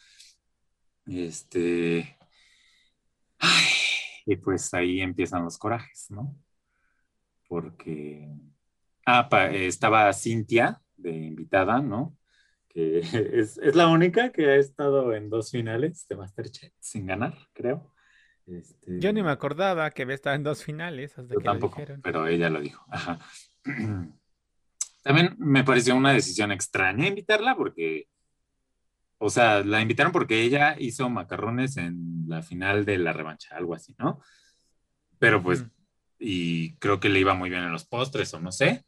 Este, ay, y pues ahí empiezan los corajes, ¿no? Porque, ah, pa- eh, estaba Cintia de invitada, ¿no? Que es, es la única que ha estado en dos finales de MasterChef sin ganar, creo. Yo ni me Este, acordaba que había estado en dos finales hasta yo que lo tampoco, dijeron. pero ella lo dijo. Ajá. También me pareció una decisión extraña invitarla porque, o sea, la invitaron porque ella hizo macarrones en la final de la revancha, algo así, ¿no? Pero pues, Ujú. y creo que le iba muy bien en los postres o no sé,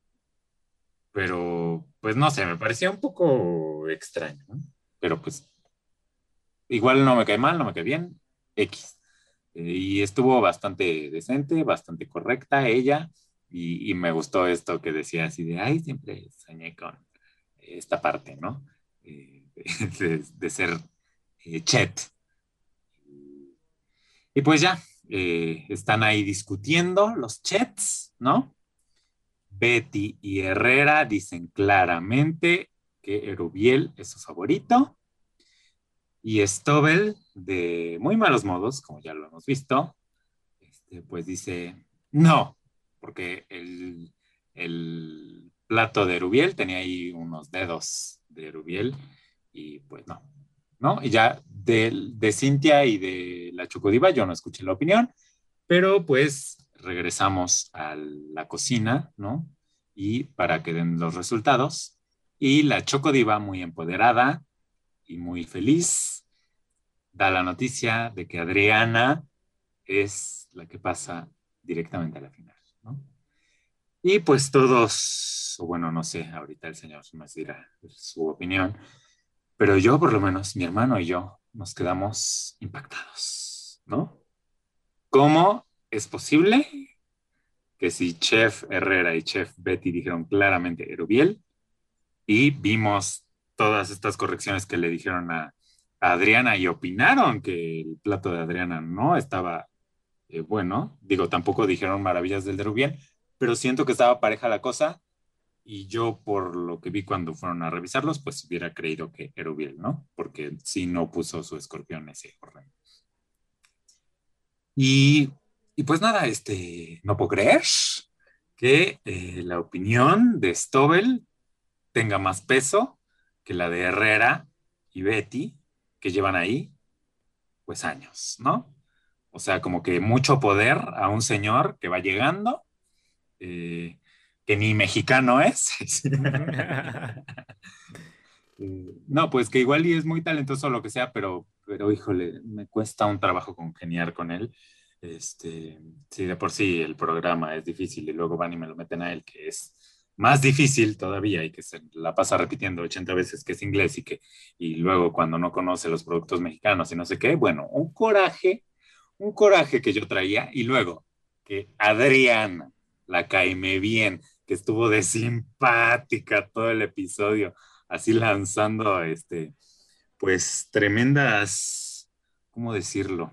pero pues no sé, me parecía un poco extraño, ¿no? Pero pues igual no me cae mal, no me cae bien, X. Eh, y estuvo bastante decente, bastante correcta ella, y, y me gustó esto que decía así de, ay, siempre soñé con esta parte, ¿no? Eh, de, de ser eh, Chet. Y pues ya, eh, están ahí discutiendo los Chets, ¿no? Betty y Herrera dicen claramente que Erubiel es su favorito. Y Stobel, de muy malos modos, como ya lo hemos visto, este, pues dice no, porque el, el plato de Erubiel tenía ahí unos dedos de Erubiel y pues no, ¿no? Y ya de, de Cintia y de la Chocodiva yo no escuché la opinión, pero pues regresamos a la cocina, ¿no? Y para que den los resultados. Y la Chocodiva, muy empoderada y muy feliz, da la noticia de que Adriana es la que pasa directamente a la final, ¿no? Y pues todos, o bueno, no sé, ahorita el señor más dirá su opinión, pero yo por lo menos, mi hermano y yo, nos quedamos impactados, ¿no? ¿Cómo es posible que si Chef Herrera y Chef Betty dijeron claramente Erubiel y vimos todas estas correcciones que le dijeron a, a Adriana y opinaron que el plato de Adriana no estaba eh, bueno, digo, tampoco dijeron maravillas del Derubiel, pero siento que estaba pareja la cosa y yo por lo que vi cuando fueron a revisarlos, pues hubiera creído que Erubiel, ¿no? Porque sí no puso su escorpión ese horrendo. Y, y pues nada, este, no puedo creer que eh, la opinión de Stobel tenga más peso que la de Herrera y Betty, que llevan ahí, pues años, ¿no? O sea, como que mucho poder a un señor que va llegando, eh, que ni mexicano es. Eh, no, pues que igual y es muy talentoso o lo que sea, pero, pero híjole, me cuesta un trabajo congeniar con él. Este, sí, de por sí el programa es difícil y luego van y me lo meten a él, que es más difícil todavía y que se la pasa repitiendo ochenta veces que es inglés y que y luego cuando no conoce los productos mexicanos y no sé qué, bueno, un coraje, un coraje que yo traía y luego que Adriana, la caime bien, que estuvo de simpática todo el episodio así lanzando, este, pues tremendas, ¿cómo decirlo?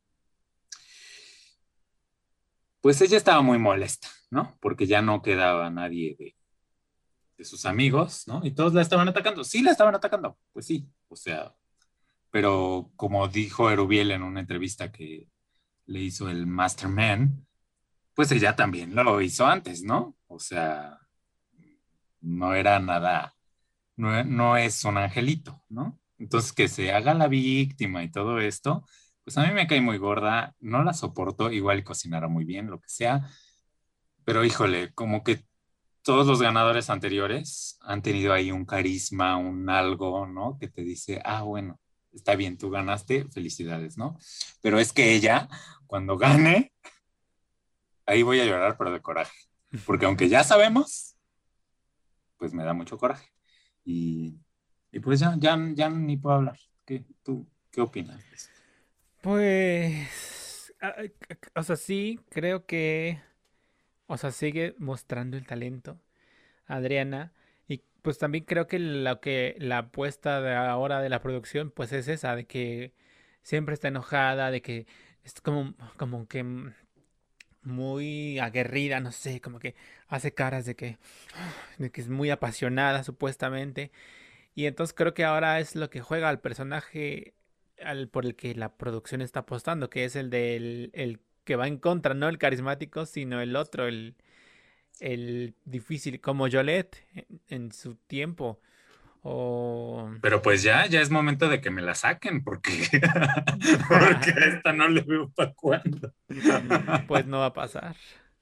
Pues ella estaba muy molesta, ¿no? Porque ya no quedaba nadie de, de sus amigos, ¿no? Y todos la estaban atacando. Sí, la estaban atacando, pues sí, o sea, pero como dijo Erubiel en una entrevista que le hizo el Masterman, pues ella también lo hizo antes, ¿no? O sea, no era nada, no, no es un angelito, ¿no? Entonces que se haga la víctima y todo esto, pues a mí me cae muy gorda, no la soporto, igual cocinará muy bien, lo que sea, pero híjole, como que todos los ganadores anteriores han tenido ahí un carisma, un algo, ¿no? Que te dice, ah, bueno, está bien, tú ganaste, felicidades, ¿no? Pero es que ella, cuando gane, ahí voy a llorar, pero de coraje, porque aunque ya sabemos, pues me da mucho coraje. Y, y pues ya, ya, ya ni puedo hablar. ¿Qué, tú, qué opinas de eso? Pues, a- a- o sea, sí, creo que O sea, sigue mostrando el talento, Adriana. Y pues también creo que lo que la apuesta de ahora de la producción, pues es esa, de que siempre está enojada, de que es como, como que mm, muy aguerrida, no sé, como que hace caras de que, de que es muy apasionada supuestamente. Y entonces creo que ahora es lo que juega al personaje al, por el que la producción está apostando, que es el del el que va en contra, no el carismático, sino el otro, el, el difícil, como Yolette en, en su tiempo. O Pero pues ya, ya es momento de que me la saquen, porque, porque a esta no le veo para cuándo. pues no va a pasar.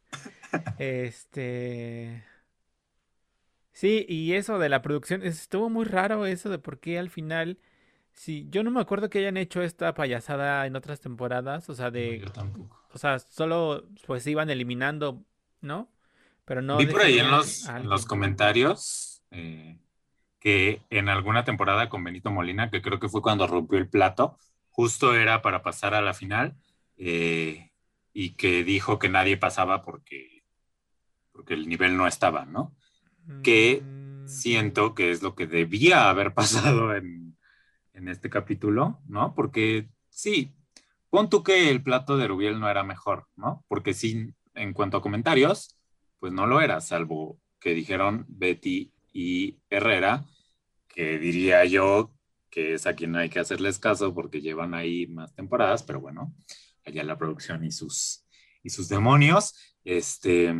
Este. Sí, y eso de la producción, estuvo muy raro eso de por qué al final. Sí, yo no me acuerdo que hayan hecho esta payasada en otras temporadas, o sea, No, de, yo tampoco. o sea, solo pues iban eliminando, ¿no? Pero no Vi por ahí en definían los, a en los alguien. comentarios eh, que en alguna temporada con Benito Molina, que creo que fue cuando rompió el plato, justo era para pasar a la final, eh, y que dijo que nadie pasaba porque, porque el nivel no estaba, ¿no? Que Mm, siento que es lo que debía haber pasado en, en este capítulo, ¿no? Porque sí, pon tú que el plato de Rubiel no era mejor, ¿no? Porque sí, en cuanto a comentarios, pues no lo era, salvo que dijeron Betty y Herrera, que diría yo que es a quien hay que hacerles caso porque llevan ahí más temporadas, pero bueno, allá la producción y sus, y sus demonios, este,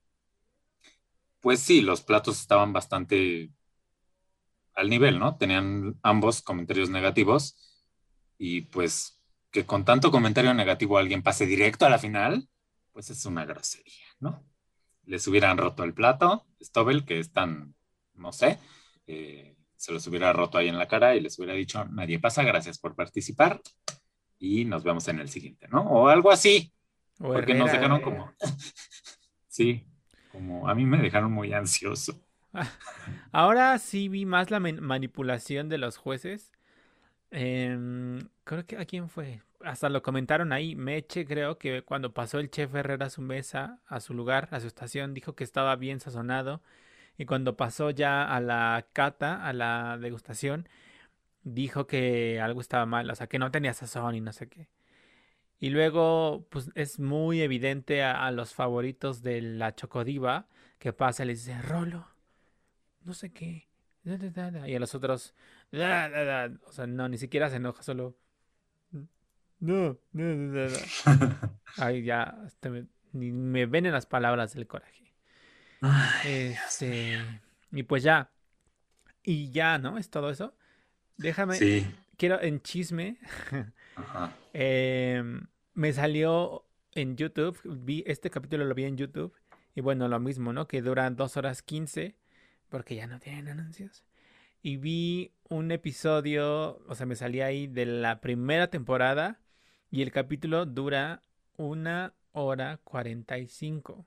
pues sí, los platos estaban bastante al nivel, ¿no? Tenían ambos comentarios negativos y pues que con tanto comentario negativo alguien pase directo a la final, pues es una grosería, ¿no? Les hubieran roto el plato, Stobel, que es tan, no sé, eh, se los hubiera roto ahí en la cara y les hubiera dicho, nadie pasa, gracias por participar y nos vemos en el siguiente, ¿no? O algo así, o porque nos Herrera. dejaron como, sí, como a mí me dejaron muy ansioso. Ah, ahora sí vi más la men- manipulación de los jueces. Em, creo que a quién fue. Hasta lo comentaron ahí. Meche, creo que cuando pasó el chef Herrera a su mesa, a su lugar, a su estación, dijo que estaba bien sazonado. Y cuando pasó ya a la cata, a la degustación, dijo que algo estaba mal, o sea, que no tenía sazón y no sé qué. Y luego, pues es muy evidente a, a los favoritos de la Chocodiva que pasa y les dice, Rolo, no sé qué. Da, da, da, da", y a los otros, "Da, da, da". O sea, no, ni siquiera se enoja, solo, no, no, no, no, no". Ay, ya, hasta me- ni me ven en las palabras del coraje. Ay, Dios mío. Este, y pues ya, y ya, ¿no? Es todo eso. Déjame, Sí, quiero en chisme. ajá. em, Me salió en YouTube, vi este capítulo lo vi en YouTube y bueno, lo mismo, ¿no? Que dura dos horas quince porque ya no tienen anuncios. Y vi un episodio, o sea, me salía ahí de la primera temporada y el capítulo dura una hora cuarenta y cinco.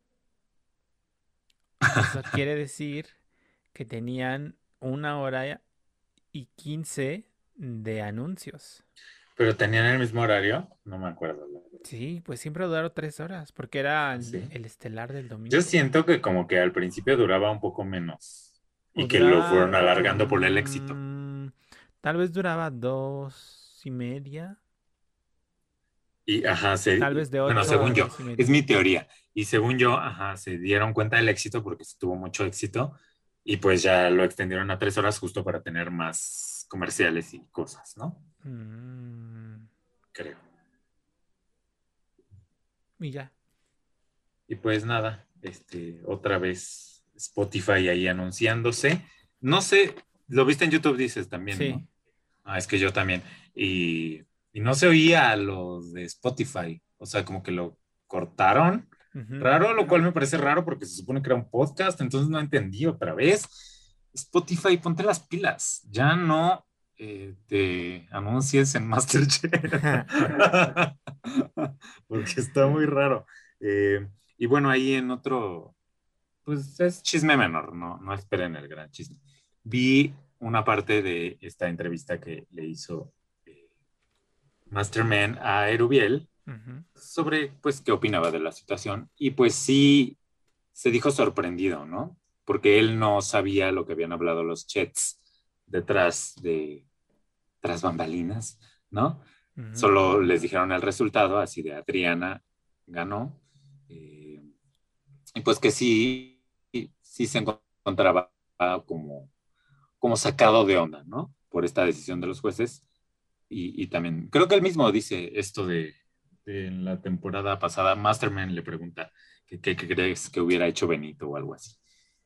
Eso quiere decir que tenían una hora y quince de anuncios. Pero tenían el mismo horario, no me acuerdo. La verdad. Sí, pues siempre duraron tres horas, porque era el, ¿Así? el estelar del Yo domingo. siento que como que al principio duraba un poco menos O y que lo duraba, fueron alargando por el éxito. mm, tal vez duraba dos y media, Y ajá, se, tal vez de bueno, ocho a según yo, diez y es media. mi teoría. Y según yo, ajá, se dieron cuenta del éxito porque se tuvo mucho éxito y pues ya lo extendieron a tres horas justo para tener más comerciales y cosas, ¿no? Mm, Creo. y ya, Y pues nada, este, otra vez Spotify ahí anunciándose. No sé, lo viste en YouTube, dices también, sí. ¿no? Ah, es que yo también. Y, y no se oía a los de Spotify. O sea, como que lo cortaron. Ujú. Raro, lo cual me parece raro porque se supone que era un podcast, entonces no entendí otra vez. Spotify, ponte las pilas. Ya no eh, te anuncies en MasterChef. Porque está muy raro. Eh, y bueno, ahí en otro, pues es chisme menor, no, no esperen el gran chisme. Vi una parte de esta entrevista que le hizo eh, Masterman a Erubiel Ujú, sobre, pues, qué opinaba de la situación. Y pues sí, se dijo sorprendido, ¿no? Porque él no sabía lo que habían hablado los chats detrás de, tras bambalinas, ¿no? ujú. Solo les dijeron el resultado, así de Adriana ganó. Eh, y pues que sí, sí se encontraba como, como sacado de onda, ¿no? Por esta decisión de los jueces. Y, y también, creo que él mismo dice esto de, de en la temporada pasada, Masterman le pregunta qué qué crees que hubiera hecho Benito o algo así.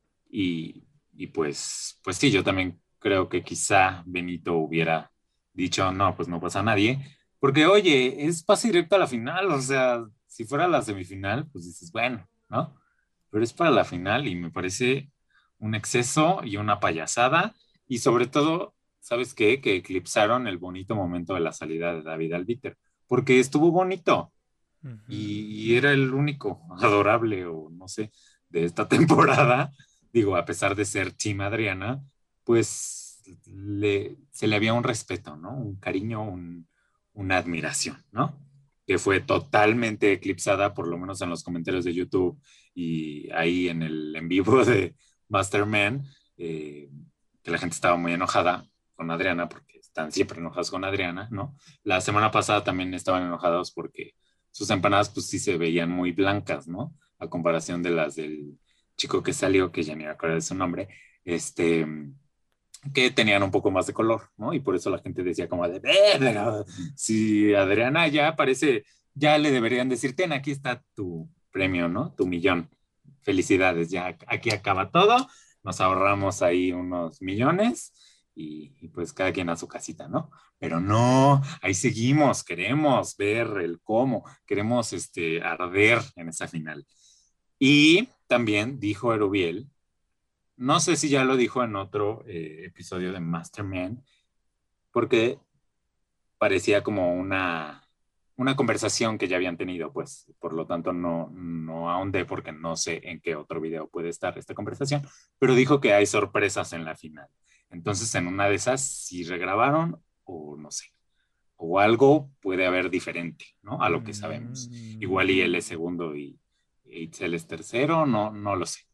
Y, y pues, pues sí, yo también creo que quizá Benito hubiera dicho, no, pues no pasa a nadie, porque oye, es pase directo a la final, o sea, si fuera la semifinal, pues dices, bueno, ¿no? Pero es para la final y me parece un exceso y una payasada, y sobre todo, ¿sabes qué? Que eclipsaron el bonito momento de la salida de David Albiter, porque estuvo bonito Ujú. y, y era el único adorable o no sé de esta temporada, digo, a pesar de ser Team Adriana, pues le, se le había un respeto, ¿no? Un cariño, un, una admiración, ¿no? Que fue totalmente eclipsada, por lo menos en los comentarios de YouTube y ahí en el en vivo de Masterman, eh, que la gente estaba muy enojada con Adriana, porque están siempre enojados con Adriana, ¿no? La semana pasada también estaban enojados porque sus empanadas pues sí se veían muy blancas, ¿no? A comparación de las del chico que salió, que ya ni me acuerdo de su nombre, este, que tenían un poco más de color, ¿no? Y por eso la gente decía como de, verga, si Adriana ya parece, ya le deberían decir, ten, aquí está tu premio, ¿no? Tu millón. Felicidades, ya aquí acaba todo, nos ahorramos ahí unos millones y, y pues cada quien a su casita, ¿no? Pero no, ahí seguimos, queremos ver el cómo, queremos este, arder en esa final. Y también dijo Erubiel, no sé si ya lo dijo en otro eh, episodio de Masterman, porque parecía como una, una conversación que ya habían tenido, pues por lo tanto no, no ahondé porque no sé en qué otro video puede estar esta conversación, pero dijo que hay sorpresas en la final. Entonces en una de esas si regrabaron o no sé, o algo puede haber diferente, ¿no? A lo que sabemos. Igual y él es Mm. segundo y Itzel es tercero, no, no lo sé.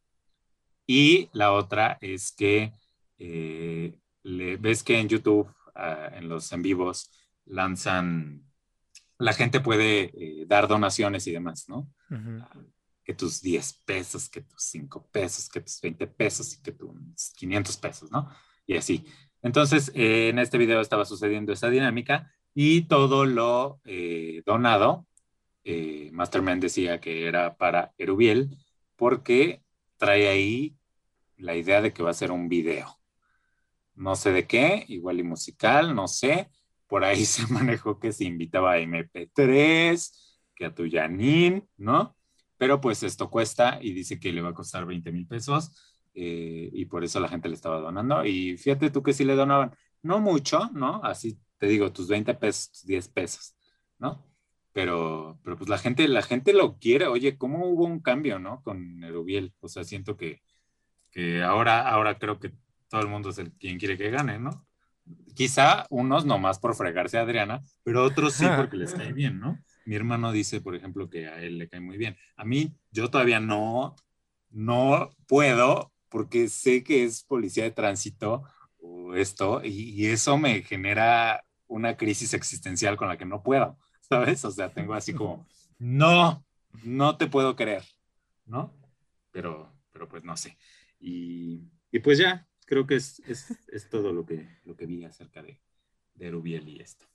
Y la otra es que eh, le, ves que en YouTube, uh, en los en vivos, lanzan, la gente puede eh, dar donaciones y demás, ¿no? Ujú. Uh, que tus diez pesos, que tus cinco pesos, que tus veinte pesos y que tus quinientos pesos, ¿no? Y así. Entonces, eh, en este video estaba sucediendo esa dinámica y todo lo eh, donado, eh, Masterman decía que era para Erubiel porque trae ahí la idea de que va a ser un video. No sé de qué, igual y musical, no sé. Por ahí se manejó que se invitaba a M P tres, que a tu Janine, ¿no? Pero pues esto cuesta y dice que le va a costar veinte mil pesos eh, y por eso la gente le estaba donando. Y fíjate tú que sí le donaban, no mucho, ¿no? Así te digo, tus veinte pesos, tus diez pesos, ¿no? Pero, pero pues la gente, la gente lo quiere. Oye, ¿cómo hubo un cambio, ¿no? Con Erubiel. O sea, siento que que ahora, ahora creo que todo el mundo es el quien quiere que gane, ¿no? Quizá unos nomás por fregarse a Adriana, pero otros sí porque les cae bien, ¿no? Mi hermano dice, por ejemplo, que a él le cae muy bien. A mí, yo todavía no, no puedo porque sé que es policía de tránsito o esto, y, y eso me genera una crisis existencial con la que no puedo, ¿sabes? O sea, tengo así como, no, no te puedo creer, ¿no? Pero, pero pues no sé. Y, y pues ya, creo que es, es, es todo lo que, lo que vi acerca de, de Rubiel y esto.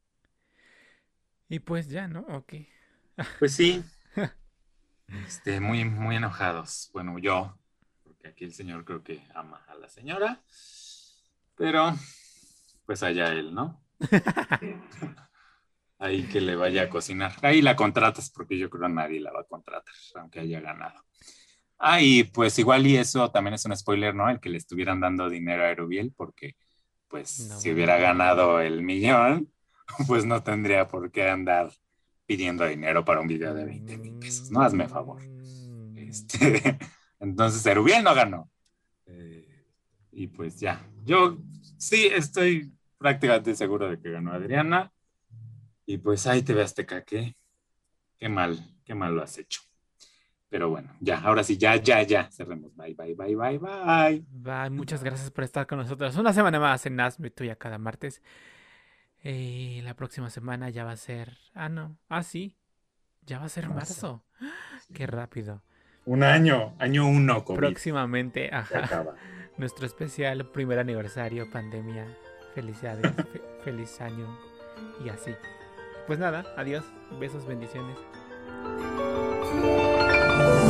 Y pues ya, ¿no? Ok. Pues sí, este, muy, muy enojados. Bueno, yo, porque aquí el señor creo que ama a la señora, pero pues allá él, ¿no? Ahí que le vaya a cocinar. Ahí la contratas porque yo creo que nadie la va a contratar, aunque haya ganado. Ah, y pues igual y eso también es un spoiler, ¿no? El que le estuvieran dando dinero a Erubiel, porque pues si hubiera ganado No. el millón, pues no tendría por qué andar pidiendo dinero para un video de veinte mil pesos, ¿no? Hazme favor. Mm. Este, entonces Erubiel no ganó. Eh, y pues ya, yo sí estoy prácticamente seguro de que ganó Adriana Y pues ahí te ve Azteca, qué, qué mal, qué mal lo has hecho. Pero bueno, ya, ahora sí, ya, ya, ya, cerremos. Bye, bye, bye, bye, bye. Bye, muchas Bye. gracias por estar con nosotros. Una semana más en Hazme Tuya cada martes. Y la próxima semana ya va a ser. Ah, no. Ah, sí. Ya va a ser Marzo. marzo. Qué Sí. rápido. Un año, año uno, COVID. Próximamente, Se ajá. acaba. Nuestro especial primer aniversario, pandemia. Felicidades. fe- feliz año. Y así. Pues nada, adiós. Besos, bendiciones.